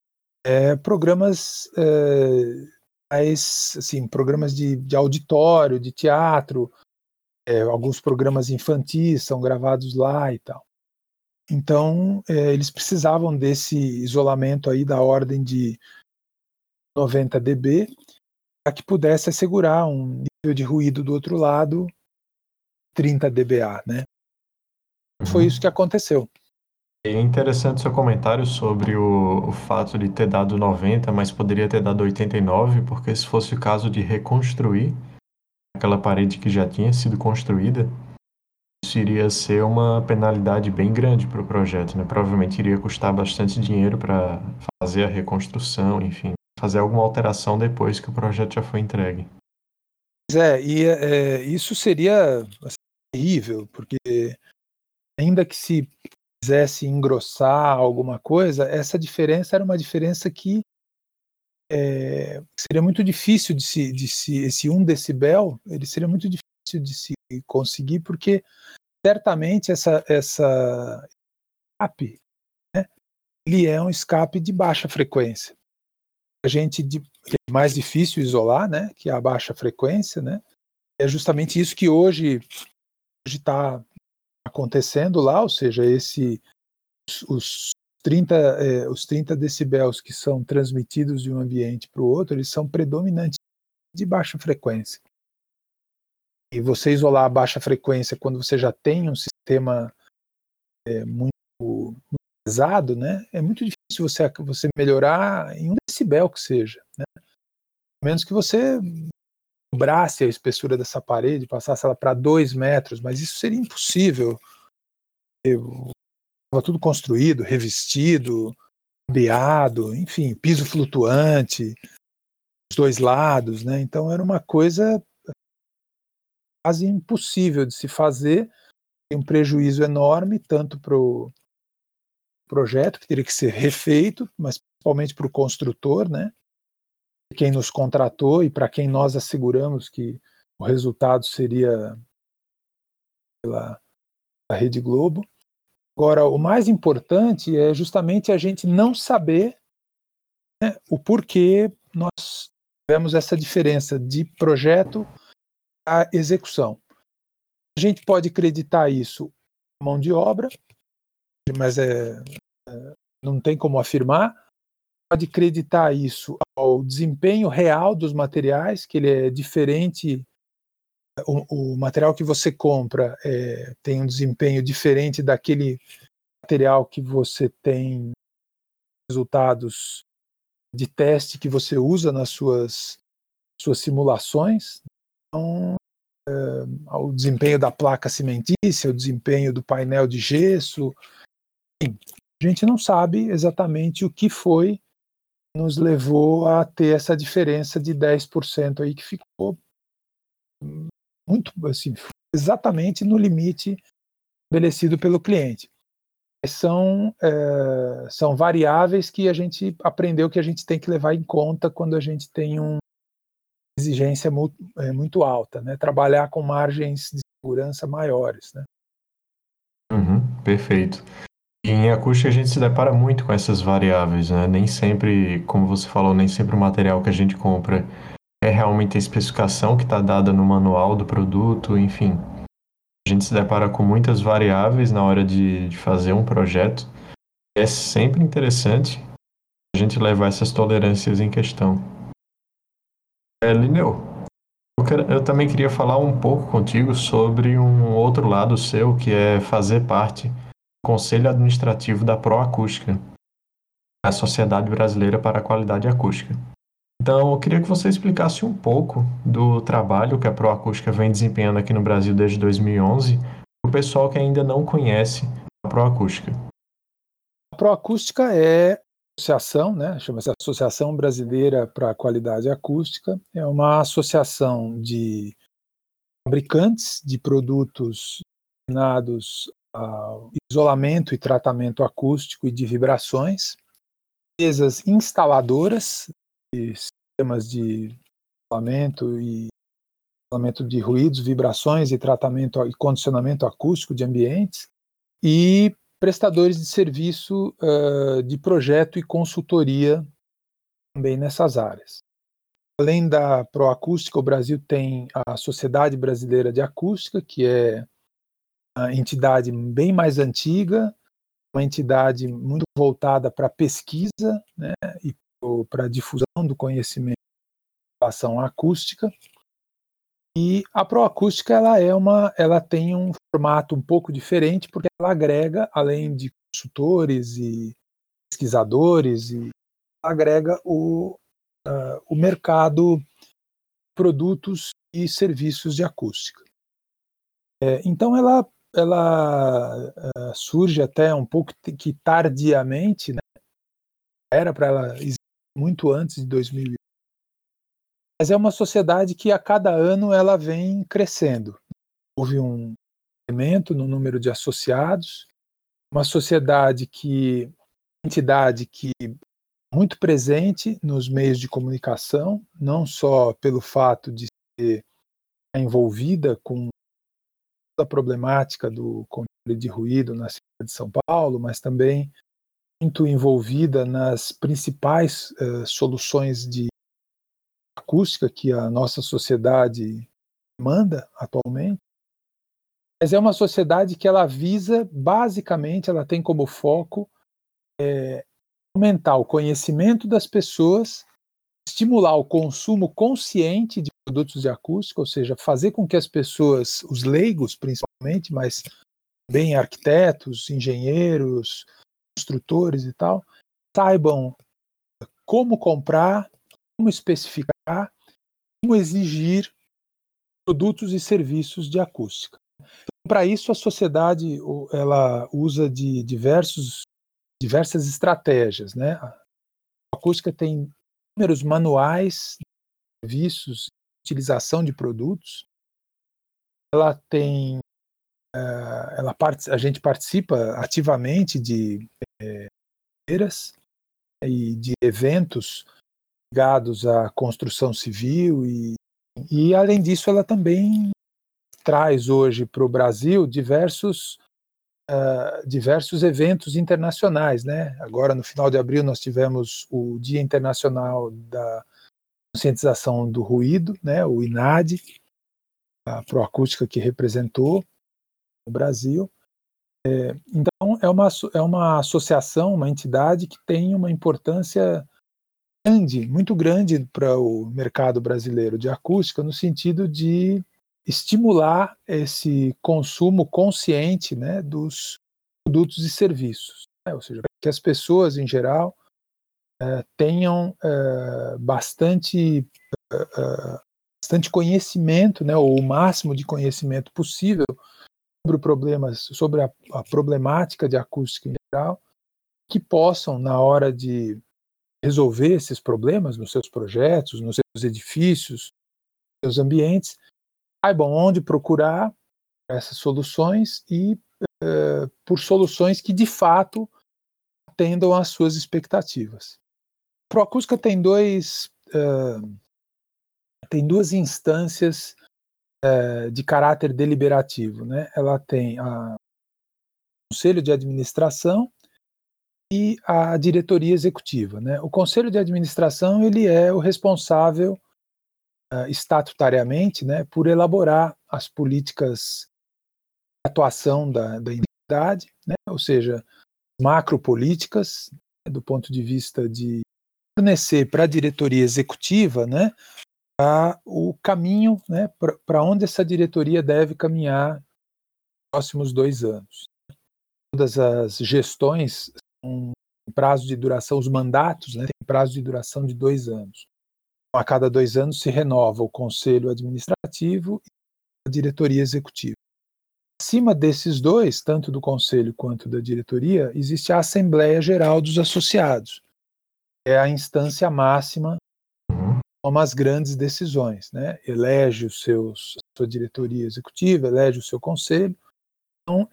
programas assim, programas de auditório, de teatro, alguns programas infantis são gravados lá e tal. Então, eles precisavam desse isolamento aí da ordem de 90 dB para que pudesse assegurar um nível de ruído do outro lado 30 dBA, né? Foi isso que aconteceu. É interessante seu comentário sobre o fato de ter dado 90, mas poderia ter dado 89, porque se fosse o caso de reconstruir aquela parede que já tinha sido construída, isso iria ser uma penalidade bem grande para o projeto, né? Provavelmente iria custar bastante dinheiro para fazer a reconstrução, enfim, fazer alguma alteração depois que o projeto já foi entregue. Isso seria assim, terrível, porque ainda que se quisesse engrossar alguma coisa, essa diferença era uma diferença que seria muito difícil esse 1 decibel, ele seria muito difícil de se conseguir, porque certamente essa escape, né, ele é um escape de baixa frequência. É mais difícil isolar, né, que é a baixa frequência, né? É justamente isso que hoje está acontecendo lá, ou seja, os 30 decibéis que são transmitidos de um ambiente para o outro, eles são predominantes de baixa frequência. E você isolar a baixa frequência quando você já tem um sistema muito pesado, né, é muito difícil você melhorar em 1 decibel que seja, né? A menos que você dobrasse a espessura dessa parede, passasse ela para 2 metros, mas isso seria impossível. Estava tudo construído, revestido, beado, enfim, piso flutuante, os 2 lados, né? Então era uma coisa quase impossível de se fazer, tem um prejuízo enorme, tanto para o projeto, que teria que ser refeito, mas principalmente para o construtor, né? Quem nos contratou e para quem nós asseguramos que o resultado seria pela Rede Globo. Agora, o mais importante é justamente a gente não saber, né, o porquê nós tivemos essa diferença de projeto à execução. A gente pode acreditar isso à mão de obra, mas não tem como afirmar. Pode acreditar isso ao desempenho real dos materiais, que ele é diferente. O material que você compra tem um desempenho diferente daquele material que você tem resultados de teste que você usa nas suas simulações. Então, o desempenho da placa cimentícia, o desempenho do painel de gesso, enfim, a gente não sabe exatamente o que foi que nos levou a ter essa diferença de 10% aí, que ficou muito, assim, exatamente no limite estabelecido pelo cliente. São variáveis que a gente aprendeu que a gente tem que levar em conta quando a gente tem uma exigência muito alta, né? Trabalhar com margens de segurança maiores, né? Perfeito. E em acústica a gente se depara muito com essas variáveis, né? Nem sempre, como você falou, nem sempre o material que a gente compra é realmente a especificação que está dada no manual do produto, enfim. A gente se depara com muitas variáveis na hora de fazer um projeto. É sempre interessante a gente levar essas tolerâncias em questão. Lineu, eu também queria falar um pouco contigo sobre um outro lado seu, que é fazer parte do Conselho Administrativo da Proacústica, a Sociedade Brasileira para a Qualidade Acústica. Então, eu queria que você explicasse um pouco do trabalho que a Proacústica vem desempenhando aqui no Brasil desde 2011, para o pessoal que ainda não conhece a Proacústica. A Proacústica é associação, né? Chama-se Associação Brasileira para a Qualidade Acústica. É uma associação de fabricantes de produtos destinados ao isolamento e tratamento acústico e de vibrações, empresas instaladoras de sistemas de isolamento de ruídos, vibrações e tratamento e condicionamento acústico de ambientes, e prestadores de serviço de projeto e consultoria também nessas áreas. Além da Proacústica, o Brasil tem a Sociedade Brasileira de Acústica, que é uma entidade bem mais antiga, uma entidade muito voltada para pesquisa, né, e para difusão do conhecimento em relação à acústica. E a Proacústica ela tem um formato um pouco diferente, porque ela agrega, além de consultores e pesquisadores, ela agrega o mercado de produtos e serviços de acústica. Então ela surge até um pouco que tardiamente, né? Era para ela existir muito antes de 2000. Mas é uma sociedade que a cada ano ela vem crescendo. Houve um incremento no número de associados, uma sociedade entidade que é muito presente nos meios de comunicação, não só pelo fato de ser envolvida com a problemática do controle de ruído na cidade de São Paulo, mas também muito envolvida nas principais soluções de acústica que a nossa sociedade manda atualmente. Mas é uma sociedade que ela visa, basicamente, ela tem como foco aumentar o conhecimento das pessoas, estimular o consumo consciente de produtos de acústica, ou seja, fazer com que as pessoas, os leigos principalmente, mas bem arquitetos, engenheiros, construtores e tal, saibam como comprar, como especificar, como exigir produtos e serviços de acústica. Então, para isso, a sociedade ela usa de diversas estratégias, né? A acústica tem inúmeros manuais, serviços, utilização de produtos. Ela tem, a gente participa ativamente de feiras e de eventos ligados à construção civil e além disso, ela também traz hoje para o Brasil diversos eventos internacionais, né? Agora, no final de abril, nós tivemos o Dia Internacional da Conscientização do Ruído, né? O INAD, a Proacústica que representou o Brasil. Então, é uma associação, uma entidade que tem uma importância grande, muito grande para o mercado brasileiro de acústica, no sentido de estimular esse consumo consciente, né, dos produtos e serviços, né? Ou seja, que as pessoas em geral tenham bastante conhecimento, né, ou o máximo de conhecimento possível sobre a problemática de acústica em geral, que possam, na hora de resolver esses problemas nos seus projetos, nos seus edifícios, nos seus ambientes, saibam onde procurar essas soluções e por soluções que de fato atendam às suas expectativas. A Proacústica tem duas instâncias de caráter deliberativo, né? Ela tem o Conselho de Administração e a diretoria executiva, né? O Conselho de Administração ele é o responsável estatutariamente, né, por elaborar as políticas de atuação da entidade, né? Ou seja, macropolíticas, né, do ponto de vista de fornecer para a diretoria executiva, né, o caminho, né, para onde essa diretoria deve caminhar nos próximos 2 anos. Todas as gestões têm prazo de duração, os mandatos, né, têm prazo de duração de 2 anos. Então, a cada 2 anos se renova o conselho administrativo e a diretoria executiva. Acima desses dois, tanto do conselho quanto da diretoria, existe a Assembleia Geral dos Associados. É a instância máxima que toma as grandes decisões, né? Elege a sua diretoria executiva, elege o seu conselho. Então,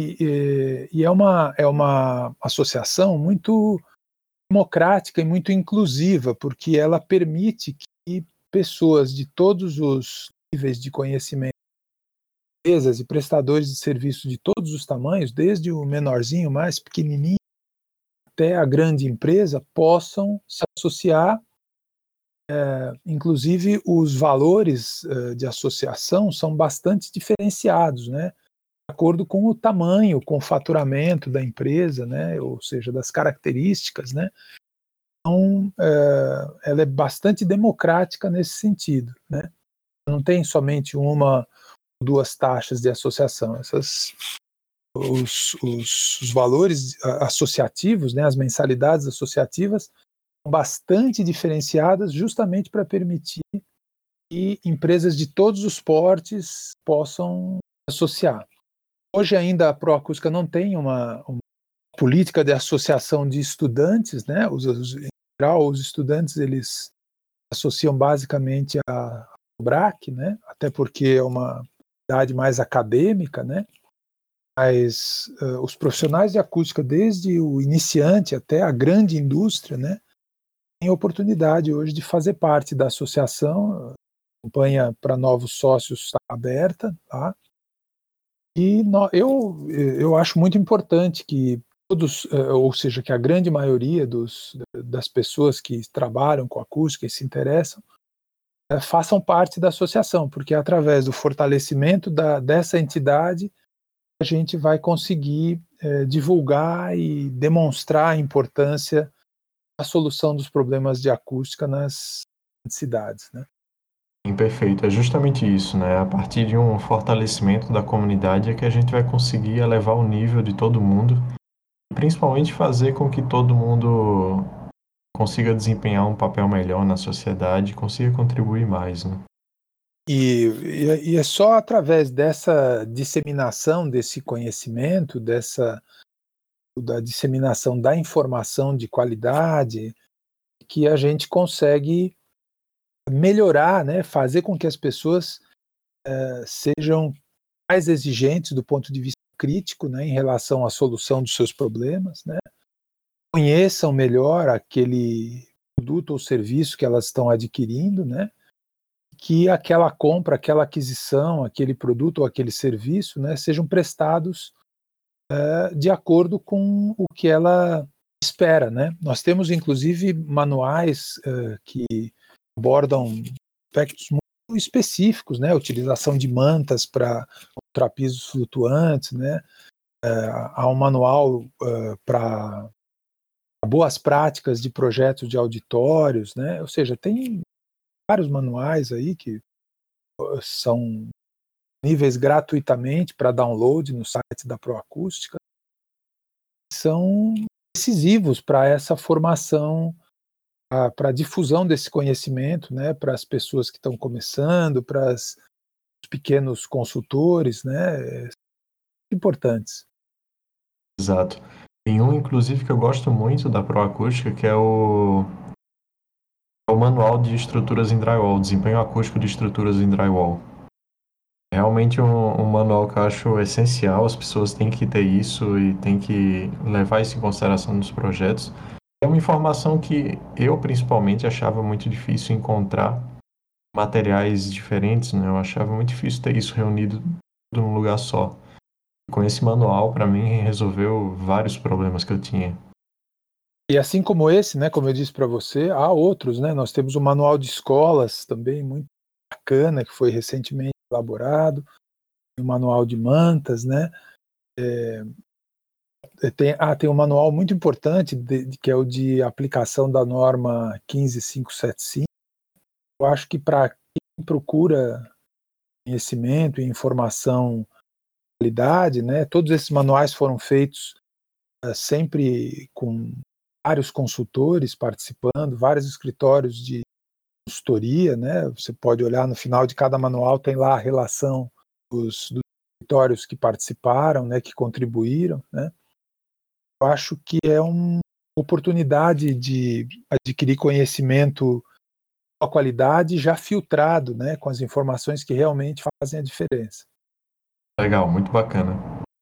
é uma associação muito democrática e muito inclusiva, porque ela permite que pessoas de todos os níveis de conhecimento, empresas e prestadores de serviços de todos os tamanhos, desde o menorzinho, mais pequenininho, até a grande empresa, possam se associar. Inclusive, os valores de associação são bastante diferenciados, né? De acordo com o tamanho, com o faturamento da empresa, né? Ou seja, das características, né? Então, ela é bastante democrática nesse sentido, né? Não tem somente uma ou duas taxas de associação. Os valores associativos, né, as mensalidades associativas, são bastante diferenciadas justamente para permitir que empresas de todos os portes possam associar. Hoje ainda a Proacústica não tem uma política de associação de estudantes, né? Os estudantes eles associam basicamente ao BRAC, né? Até porque é uma idade mais acadêmica, né? Mas os profissionais de acústica, desde o iniciante até a grande indústria, né, têm oportunidade hoje de fazer parte da associação. A campanha para novos sócios está aberta, tá? E eu acho muito importante que todos, ou seja, que a grande maioria das pessoas que trabalham com acústica e se interessam, façam parte da associação, porque é através do fortalecimento dessa entidade a gente vai conseguir divulgar e demonstrar a importância da solução dos problemas de acústica nas cidades, né? Perfeito, é justamente isso, né? A partir de um fortalecimento da comunidade é que a gente vai conseguir elevar o nível de todo mundo e principalmente fazer com que todo mundo consiga desempenhar um papel melhor na sociedade e consiga contribuir mais, né? E é só através dessa disseminação desse conhecimento, da disseminação da informação de qualidade, que a gente consegue melhorar, né, fazer com que as pessoas sejam mais exigentes do ponto de vista crítico, né, em relação à solução dos seus problemas, né, conheçam melhor aquele produto ou serviço que elas estão adquirindo, né, que aquela compra, aquela aquisição, aquele produto ou aquele serviço, né, sejam prestados de acordo com o que ela espera, né. Nós temos inclusive manuais que abordam aspectos muito específicos, né, utilização de mantas para ultrapisos flutuantes, né, há um manual para boas práticas de projetos de auditórios, né, ou seja, tem vários manuais aí que são níveis gratuitamente para download no site da Proacústica, são decisivos para essa formação, para a difusão desse conhecimento, né, para as pessoas que estão começando, para os pequenos consultores, né, importantes. Exato. Tem um, inclusive, que eu gosto muito da Proacústica, que é o Manual de Estruturas em Drywall, Desempenho Acústico de Estruturas em Drywall. É realmente um manual que eu acho essencial, as pessoas têm que ter isso e têm que levar isso em consideração nos projetos. É uma informação que eu, principalmente, achava muito difícil encontrar materiais diferentes, né? Eu achava muito difícil ter isso reunido tudo num lugar só. Com esse manual, para mim, resolveu vários problemas que eu tinha. E assim como esse, né, como eu disse para você, há outros, né? Nós temos o manual de escolas também muito bacana que foi recentemente elaborado, o manual de mantas, né? Tem um manual muito importante que é o de aplicação da norma 15575. Eu acho que para quem procura conhecimento e informação de qualidade, né? Todos esses manuais foram feitos sempre com vários consultores participando, vários escritórios de consultoria, né? Você pode olhar no final de cada manual, tem lá a relação dos escritórios que participaram, né, que contribuíram, né? Eu acho que é uma oportunidade de adquirir conhecimento de qualidade já filtrado, né, com as informações que realmente fazem a diferença. Legal, muito bacana.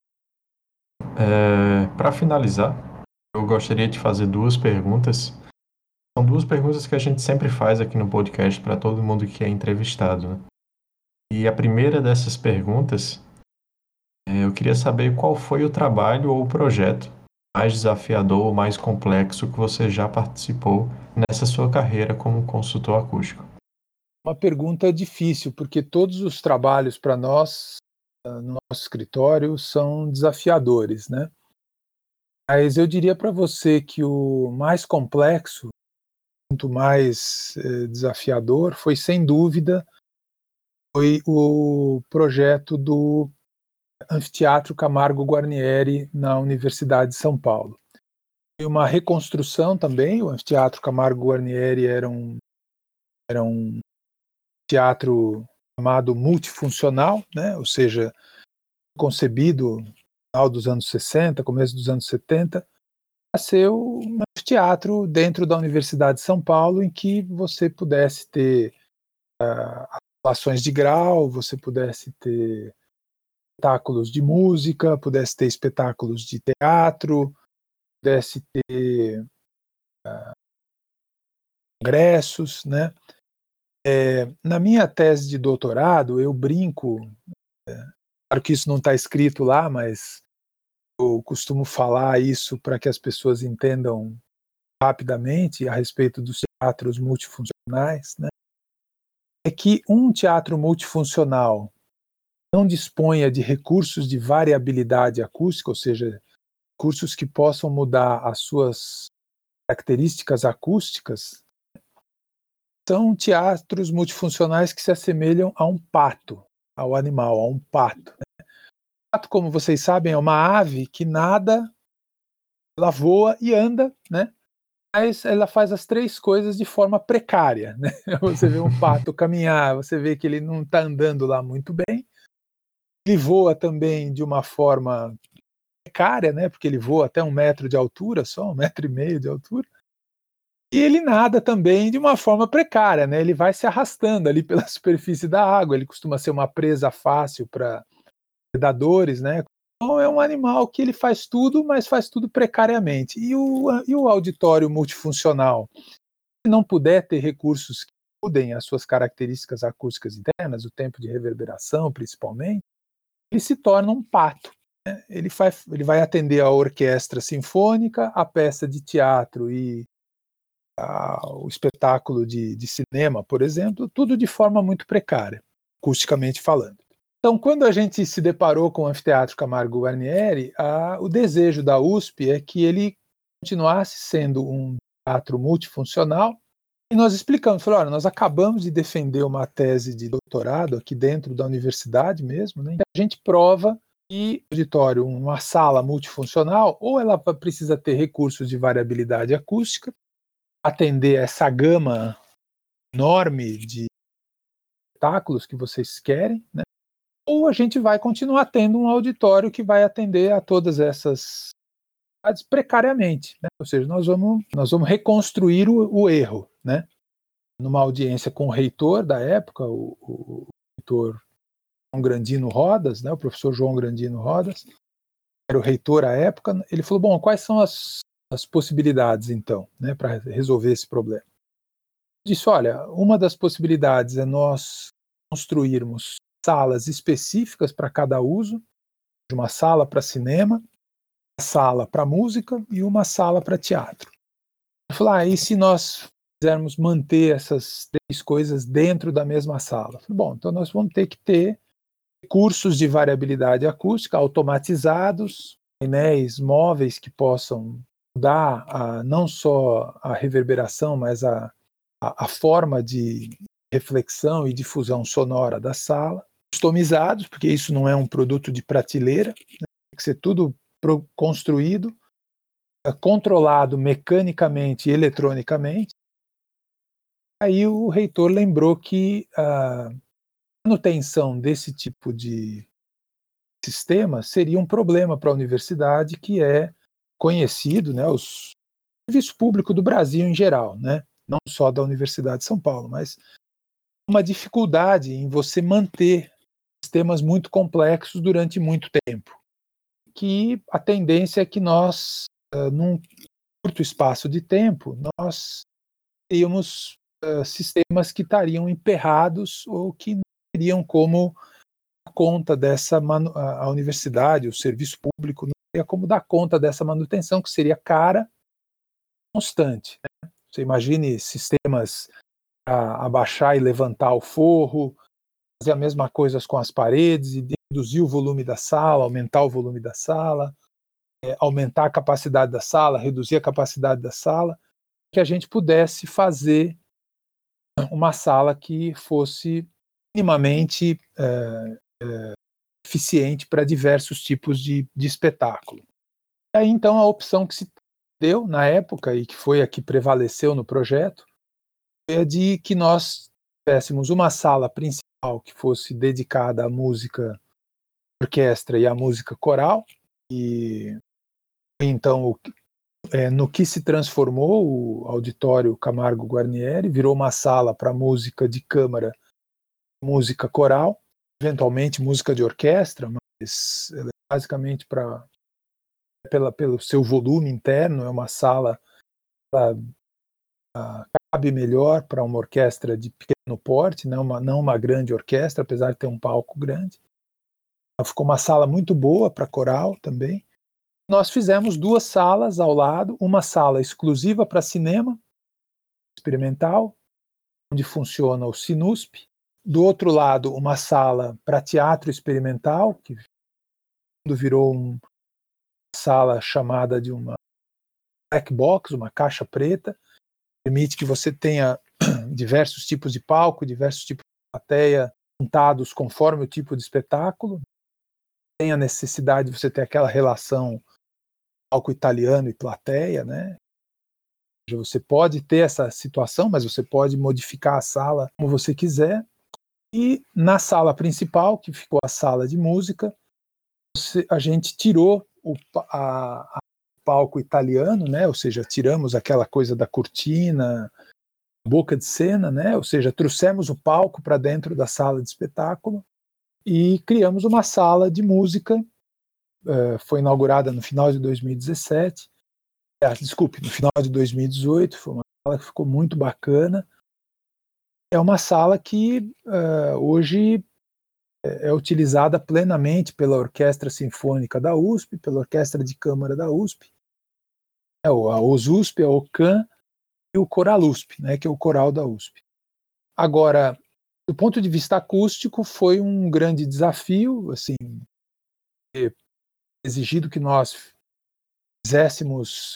Para finalizar, eu gostaria de fazer duas perguntas. São duas perguntas que a gente sempre faz aqui no podcast para todo mundo que é entrevistado, né? E a primeira dessas perguntas, eu queria saber qual foi o trabalho ou o projeto mais desafiador ou mais complexo que você já participou nessa sua carreira como consultor acústico. Uma pergunta difícil, porque todos os trabalhos para nós, no nosso escritório, são desafiadores, né? Mas eu diria para você que o mais complexo, muito mais desafiador, foi sem dúvida foi o projeto do Anfiteatro Camargo Guarnieri na Universidade de São Paulo. Foi uma reconstrução também. O Anfiteatro Camargo Guarnieri era um teatro chamado multifuncional, né? Ou seja, concebido no final dos anos 60, começo dos anos 70, a ser um teatro dentro da Universidade de São Paulo, em que você pudesse ter ações de grau, você pudesse ter espetáculos de música, pudesse ter espetáculos de teatro, pudesse ter congressos, né? Na minha tese de doutorado, eu brinco, claro que isso não está escrito lá, mas eu costumo falar isso para que as pessoas entendam rapidamente a respeito dos teatros multifuncionais, né? É que um teatro multifuncional não disponha de recursos de variabilidade acústica, ou seja, recursos que possam mudar as suas características acústicas, são teatros multifuncionais que se assemelham a um pato, ao animal, a um pato. O pato, como vocês sabem, é uma ave que nada, ela voa e anda, né? Mas ela faz as três coisas de forma precária, né? Você vê um pato caminhar, você vê que ele não está andando lá muito bem. Ele voa também de uma forma precária, né? Porque ele voa até 1 metro de altura, só 1,5 metros de altura. E ele nada também de uma forma precária, né? Ele vai se arrastando ali pela superfície da água. Ele costuma ser uma presa fácil para predadores, né? Então é um animal que ele faz tudo, mas faz tudo precariamente. E o auditório multifuncional, se não puder ter recursos que mudem as suas características acústicas internas, o tempo de reverberação principalmente, ele se torna um pato. Né? Ele vai atender a orquestra sinfônica, a peça de teatro e o espetáculo de cinema, por exemplo, tudo de forma muito precária, acusticamente falando. Então, quando a gente se deparou com o Anfiteatro Camargo Guarnieri, o desejo da USP é que ele continuasse sendo um teatro multifuncional, e nós explicamos, falamos, olha, nós acabamos de defender uma tese de doutorado aqui dentro da universidade mesmo, né? A gente prova que o auditório, uma sala multifuncional, ou ela precisa ter recursos de variabilidade acústica, atender essa gama enorme de espetáculos que vocês querem, né? Ou a gente vai continuar tendo um auditório que vai atender a todas essas precariamente, né? Ou seja, nós vamos reconstruir o erro, né? Numa audiência com o reitor da época, o reitor João Grandino Rodas, né? O professor João Grandino Rodas, era o reitor à época, ele falou, bom, quais são as possibilidades, então, né, para resolver esse problema? Disse, olha, uma das possibilidades é nós construirmos salas específicas para cada uso, uma sala para cinema, uma sala para música e uma sala para teatro. Eu falei, e se nós quisermos manter essas três coisas dentro da mesma sala? Eu falei, bom, então nós vamos ter que ter recursos de variabilidade acústica automatizados, painéis móveis que possam mudar não só a reverberação, mas a forma de reflexão e difusão sonora da sala, customizados, porque isso não é um produto de prateleira, né? Tem que ser tudo construído, controlado mecanicamente e eletronicamente. Aí o reitor lembrou que a manutenção desse tipo de sistema seria um problema para a universidade, que é conhecido, né, os serviço público do Brasil em geral, né, não só da Universidade de São Paulo, mas uma dificuldade em você manter sistemas muito complexos durante muito tempo, que a tendência é que nós, num curto espaço de tempo, nós teríamos sistemas que estariam emperrados ou que não teriam como dar conta dessa a universidade, o serviço público não teria como dar conta dessa manutenção, que seria cara, constante. Né? Você imagine sistemas para abaixar e levantar o forro, fazer a mesma coisa com as paredes e reduzir o volume da sala, aumentar o volume da sala, aumentar a capacidade da sala, reduzir a capacidade da sala, que a gente pudesse fazer uma sala que fosse minimamente eficiente para diversos tipos de espetáculo. E aí, então, a opção que se deu na época e que foi a que prevaleceu no projeto foi a de que nós tivéssemos uma sala principal que fosse dedicada à música orquestra e à música coral, e então no que se transformou o auditório Camargo Guarnieri, virou uma sala para música de câmara, música coral, eventualmente música de orquestra, mas basicamente pelo seu volume interno, é uma sala cabe melhor para uma orquestra de pequeno porte, não uma grande orquestra, apesar de ter um palco grande. Ficou uma sala muito boa para coral também. Nós fizemos 2 salas ao lado, uma sala exclusiva para cinema experimental, onde funciona o Sinusp. Do outro lado, uma sala para teatro experimental, que virou uma sala chamada de uma black box, uma caixa preta, permite que você tenha diversos tipos de palco, diversos tipos de plateia montados conforme o tipo de espetáculo. Tem a necessidade de você ter aquela relação palco italiano e plateia, né? Você pode ter essa situação, mas você pode modificar a sala como você quiser. E na sala principal, que ficou a sala de música, a gente tirou o palco italiano, né? Ou seja, tiramos aquela coisa da cortina, boca de cena, né? Ou seja, trouxemos o palco para dentro da sala de espetáculo e criamos uma sala de música. Foi inaugurada no final de 2017. Desculpe, no final de 2018, foi uma sala que ficou muito bacana. É uma sala que hoje é utilizada plenamente pela Orquestra Sinfônica da USP, pela Orquestra de Câmara da USP, a OSUSP, a OCAM e o Coralusp, né, que é o coral da USP. Agora, do ponto de vista acústico, foi um grande desafio, assim, exigido que nós fizéssemos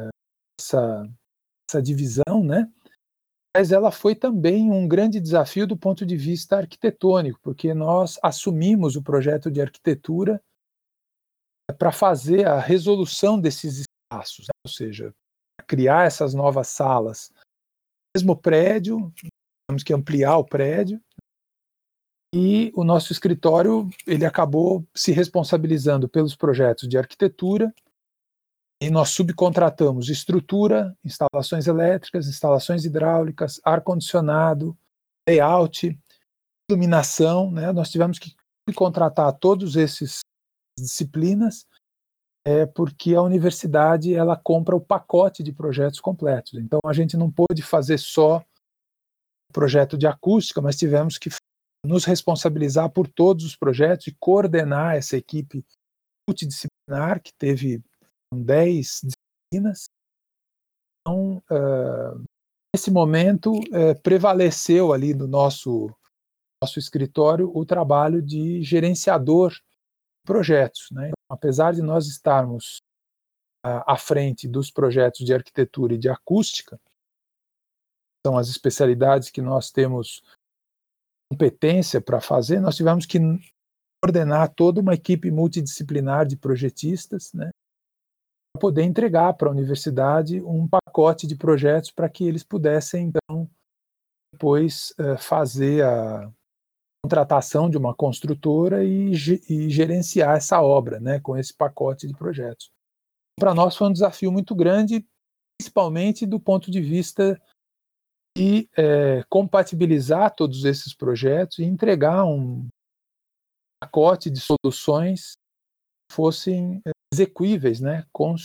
essa divisão, né? Mas ela foi também um grande desafio do ponto de vista arquitetônico, porque nós assumimos o projeto de arquitetura para fazer a resolução desses espaços, né? Ou seja, criar essas novas salas no mesmo prédio, temos que ampliar o prédio, e o nosso escritório ele acabou se responsabilizando pelos projetos de arquitetura. E nós subcontratamos estrutura, instalações elétricas, instalações hidráulicas, ar-condicionado, layout, iluminação, né? Nós tivemos que subcontratar todos esses disciplinas, porque a universidade ela compra o pacote de projetos completos. Então a gente não pôde fazer só o projeto de acústica, mas tivemos que nos responsabilizar por todos os projetos e coordenar essa equipe multidisciplinar que teve 10 disciplinas. Então, nesse momento, prevaleceu ali no nosso escritório o trabalho de gerenciador de projetos, né? Então, apesar de nós estarmos à frente dos projetos de arquitetura e de acústica, são as especialidades que nós temos competência para fazer, nós tivemos que coordenar toda uma equipe multidisciplinar de projetistas, né? Para poder entregar para a universidade um pacote de projetos para que eles pudessem, então, depois fazer a contratação de uma construtora e gerenciar essa obra, né, com esse pacote de projetos. Para nós foi um desafio muito grande, principalmente do ponto de vista de compatibilizar todos esses projetos e entregar um pacote de soluções que fossem execuíveis, né,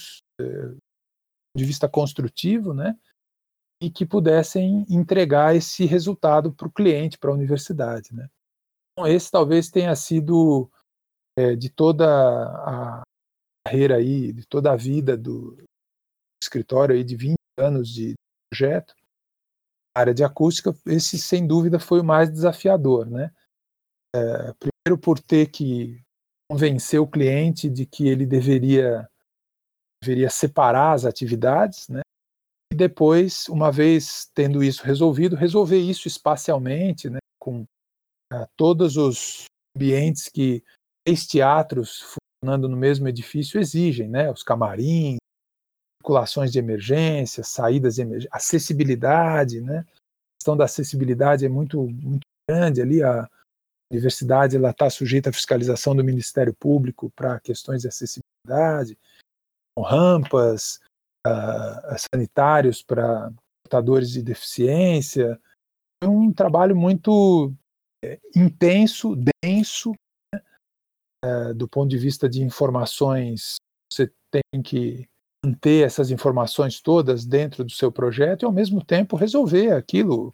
de vista construtivo, né, e que pudessem entregar esse resultado para o cliente, para a universidade, né. Então, esse talvez tenha sido de toda a carreira aí, de toda a vida do escritório aí de 20 anos de projeto, a área de acústica, esse sem dúvida foi o mais desafiador, né. Primeiro por ter que convencer o cliente de que ele deveria separar as atividades, né? E depois, uma vez tendo isso resolvido, resolver isso espacialmente, né? Com todos os ambientes que 3 teatros funcionando no mesmo edifício exigem, né? Os camarins, circulações de emergência, saídas de emergência, acessibilidade, né? A questão da acessibilidade é muito, muito grande ali. A universidade está sujeita à fiscalização do Ministério Público para questões de acessibilidade, com rampas, sanitários para portadores de deficiência. É um trabalho muito intenso, denso, do ponto de vista de informações. Você tem que manter essas informações todas dentro do seu projeto e, ao mesmo tempo, resolver aquilo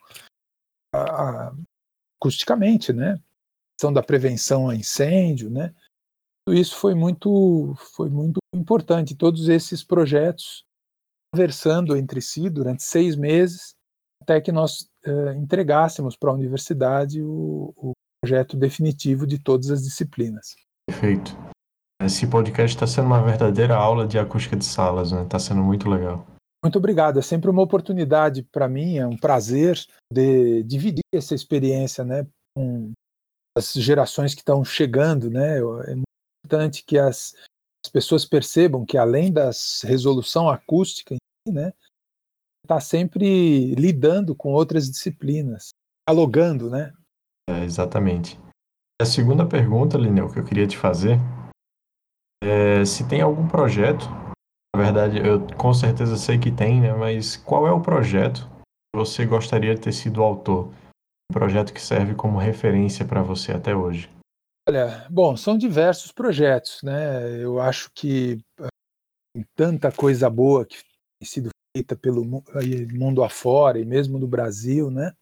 acusticamente, né? A questão da prevenção a incêndio, né? Tudo isso foi muito importante. Todos esses projetos conversando entre si durante 6 meses, até que nós entregássemos para a universidade o projeto definitivo de todas as disciplinas. Perfeito. Esse podcast está sendo uma verdadeira aula de acústica de salas, né? Está sendo muito legal. Muito obrigado. É sempre uma oportunidade para mim, é um prazer de dividir essa experiência, né, com as gerações que estão chegando, né? É muito importante que as pessoas percebam que, além da resolução acústica, né, está sempre lidando com outras disciplinas, dialogando, né? Exatamente. A segunda pergunta, Lineu, que eu queria te fazer é se tem algum projeto, na verdade eu com certeza sei que tem, né, mas qual é o projeto que você gostaria de ter sido o autor? Um projeto que serve como referência para você até hoje. Olha, bom, são diversos projetos, né? Eu acho que tem tanta coisa boa que tem sido feita pelo mundo afora e mesmo no Brasil, né?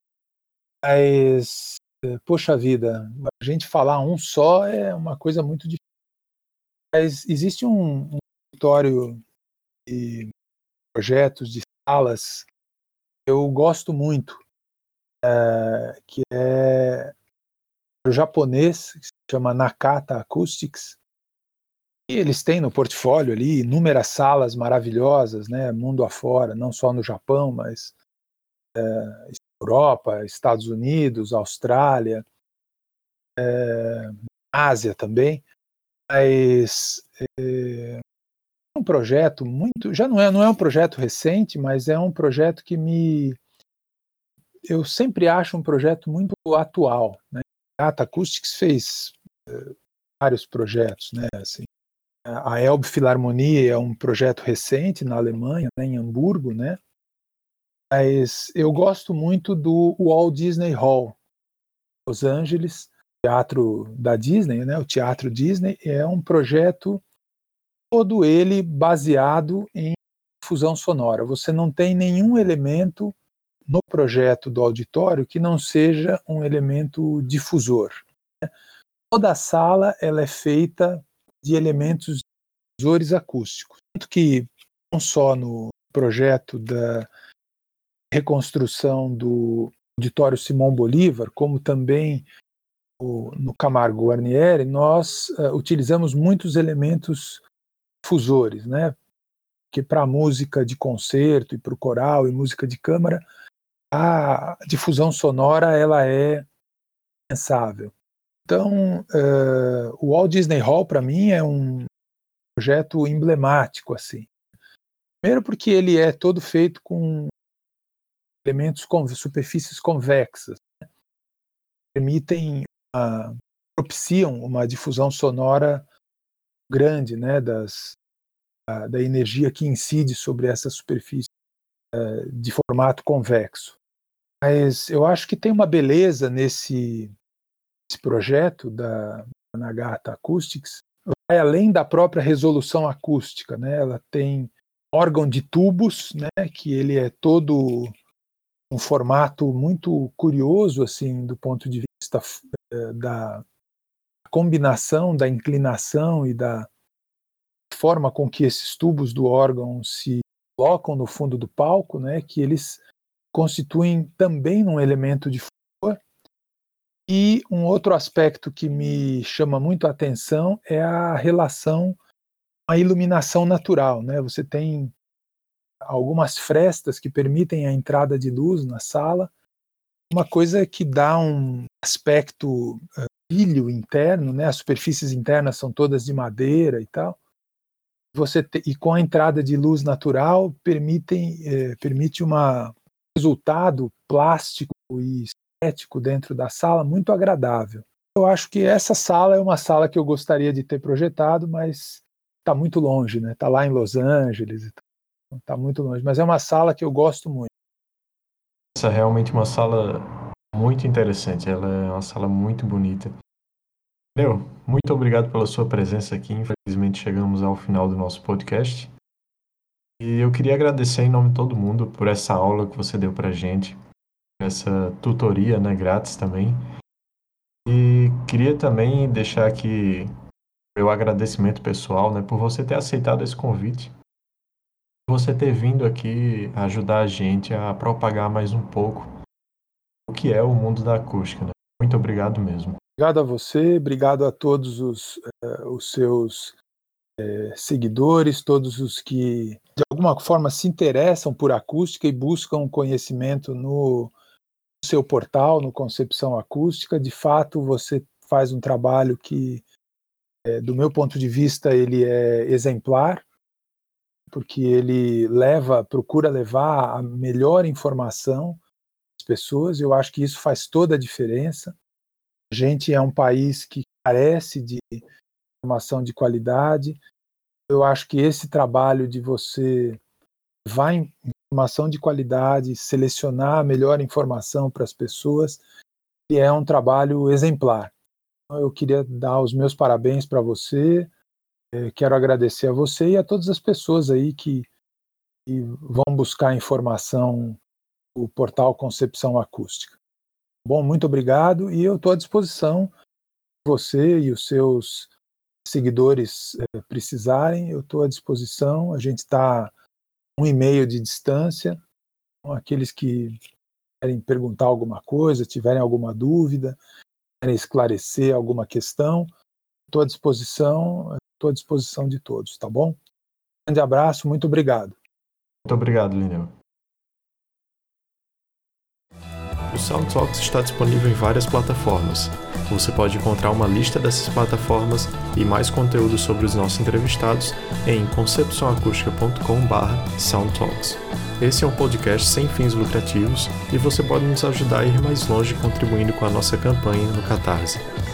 Mas, poxa vida, a gente falar um só é uma coisa muito difícil. Mas existe um escritório de projetos, de salas, que eu gosto muito, que é o japonês, que se chama Nakata Acoustics. E eles têm no portfólio ali inúmeras salas maravilhosas, né, mundo afora, não só no Japão, mas Europa, Estados Unidos, Austrália, Ásia também. Mas é um projeto muito, já não é um projeto recente, mas é um projeto que eu sempre acho um projeto muito atual, né? A Ata Acoustics fez vários projetos, né? Assim, a Elbphilharmonie é um projeto recente na Alemanha, né, em Hamburgo, né? Mas eu gosto muito do Walt Disney Hall, Los Angeles, teatro da Disney, né? O Teatro Disney é um projeto todo ele baseado em difusão sonora. Você não tem nenhum elemento no projeto do auditório que não seja um elemento difusor. Toda a sala ela é feita de elementos difusores acústicos. Tanto que não só no projeto da reconstrução do auditório Simão Bolívar, como também no Camargo Guarnieri, nós utilizamos muitos elementos difusores, né? Que para a música de concerto e para o coral e música de câmara, a difusão sonora ela é impensável. Então, o Walt Disney Hall para mim é um projeto emblemático assim. Primeiro porque ele é todo feito com elementos superfícies convexas, né? Propiciam uma difusão sonora grande, né, da energia que incide sobre essa superfície de formato convexo. Mas eu acho que tem uma beleza nesse projeto da Nagata Acoustics, vai além da própria resolução acústica, né? Ela tem órgão de tubos, né? Que ele é todo um formato muito curioso, assim, do ponto de vista da combinação, da inclinação e da forma com que esses tubos do órgão se colocam no fundo do palco, né? Que eles constituem também um elemento de fluor. E um outro aspecto que me chama muito a atenção é a relação com a iluminação natural, né? Você tem algumas frestas que permitem a entrada de luz na sala, uma coisa que dá um aspecto brilho interno, né? As superfícies internas são todas de madeira e tal. E com a entrada de luz natural permite um resultado plástico e estético dentro da sala muito agradável. Eu acho que essa sala é uma sala que eu gostaria de ter projetado, mas está muito longe, né? Está lá em Los Angeles. está muito longe. Mas é uma sala que eu gosto muito. Essa é realmente uma sala muito interessante, ela é uma sala muito bonita. Muito obrigado pela sua presença aqui. Infelizmente chegamos ao final do nosso podcast. E eu queria agradecer em nome de todo mundo por essa aula que você deu pra gente, essa tutoria, né, grátis também. E queria também deixar aqui meu agradecimento pessoal, né, por você ter aceitado esse convite, por você ter vindo aqui ajudar a gente a propagar mais um pouco o que é o mundo da acústica, né? Muito obrigado mesmo. Obrigado a você, obrigado a todos os seus seguidores, todos os que de alguma forma se interessam por acústica e buscam conhecimento no seu portal, no Concepção Acústica. De fato, você faz um trabalho que, do meu ponto de vista, ele é exemplar, porque ele procura levar a melhor informação às pessoas. Eu acho que isso faz toda a diferença. A gente é um país que carece de informação de qualidade. Eu acho que esse trabalho de você levar informação de qualidade, selecionar a melhor informação para as pessoas, é um trabalho exemplar. Eu queria dar os meus parabéns para você, quero agradecer a você e a todas as pessoas aí que vão buscar informação no portal Concepção Acústica. Bom, muito obrigado e eu estou à disposição. Você e os seus seguidores precisarem, eu estou à disposição. A gente está 1,5 de distância. Então, aqueles que querem perguntar alguma coisa, tiverem alguma dúvida, querem esclarecer alguma questão, estou à disposição de todos, tá bom? Um grande abraço, muito obrigado. Muito obrigado, Lineu. O Sound Talks está disponível em várias plataformas. Você pode encontrar uma lista dessas plataformas e mais conteúdo sobre os nossos entrevistados em concepçãoacústica.com/soundtalks. Esse é um podcast sem fins lucrativos e você pode nos ajudar a ir mais longe contribuindo com a nossa campanha no Catarse.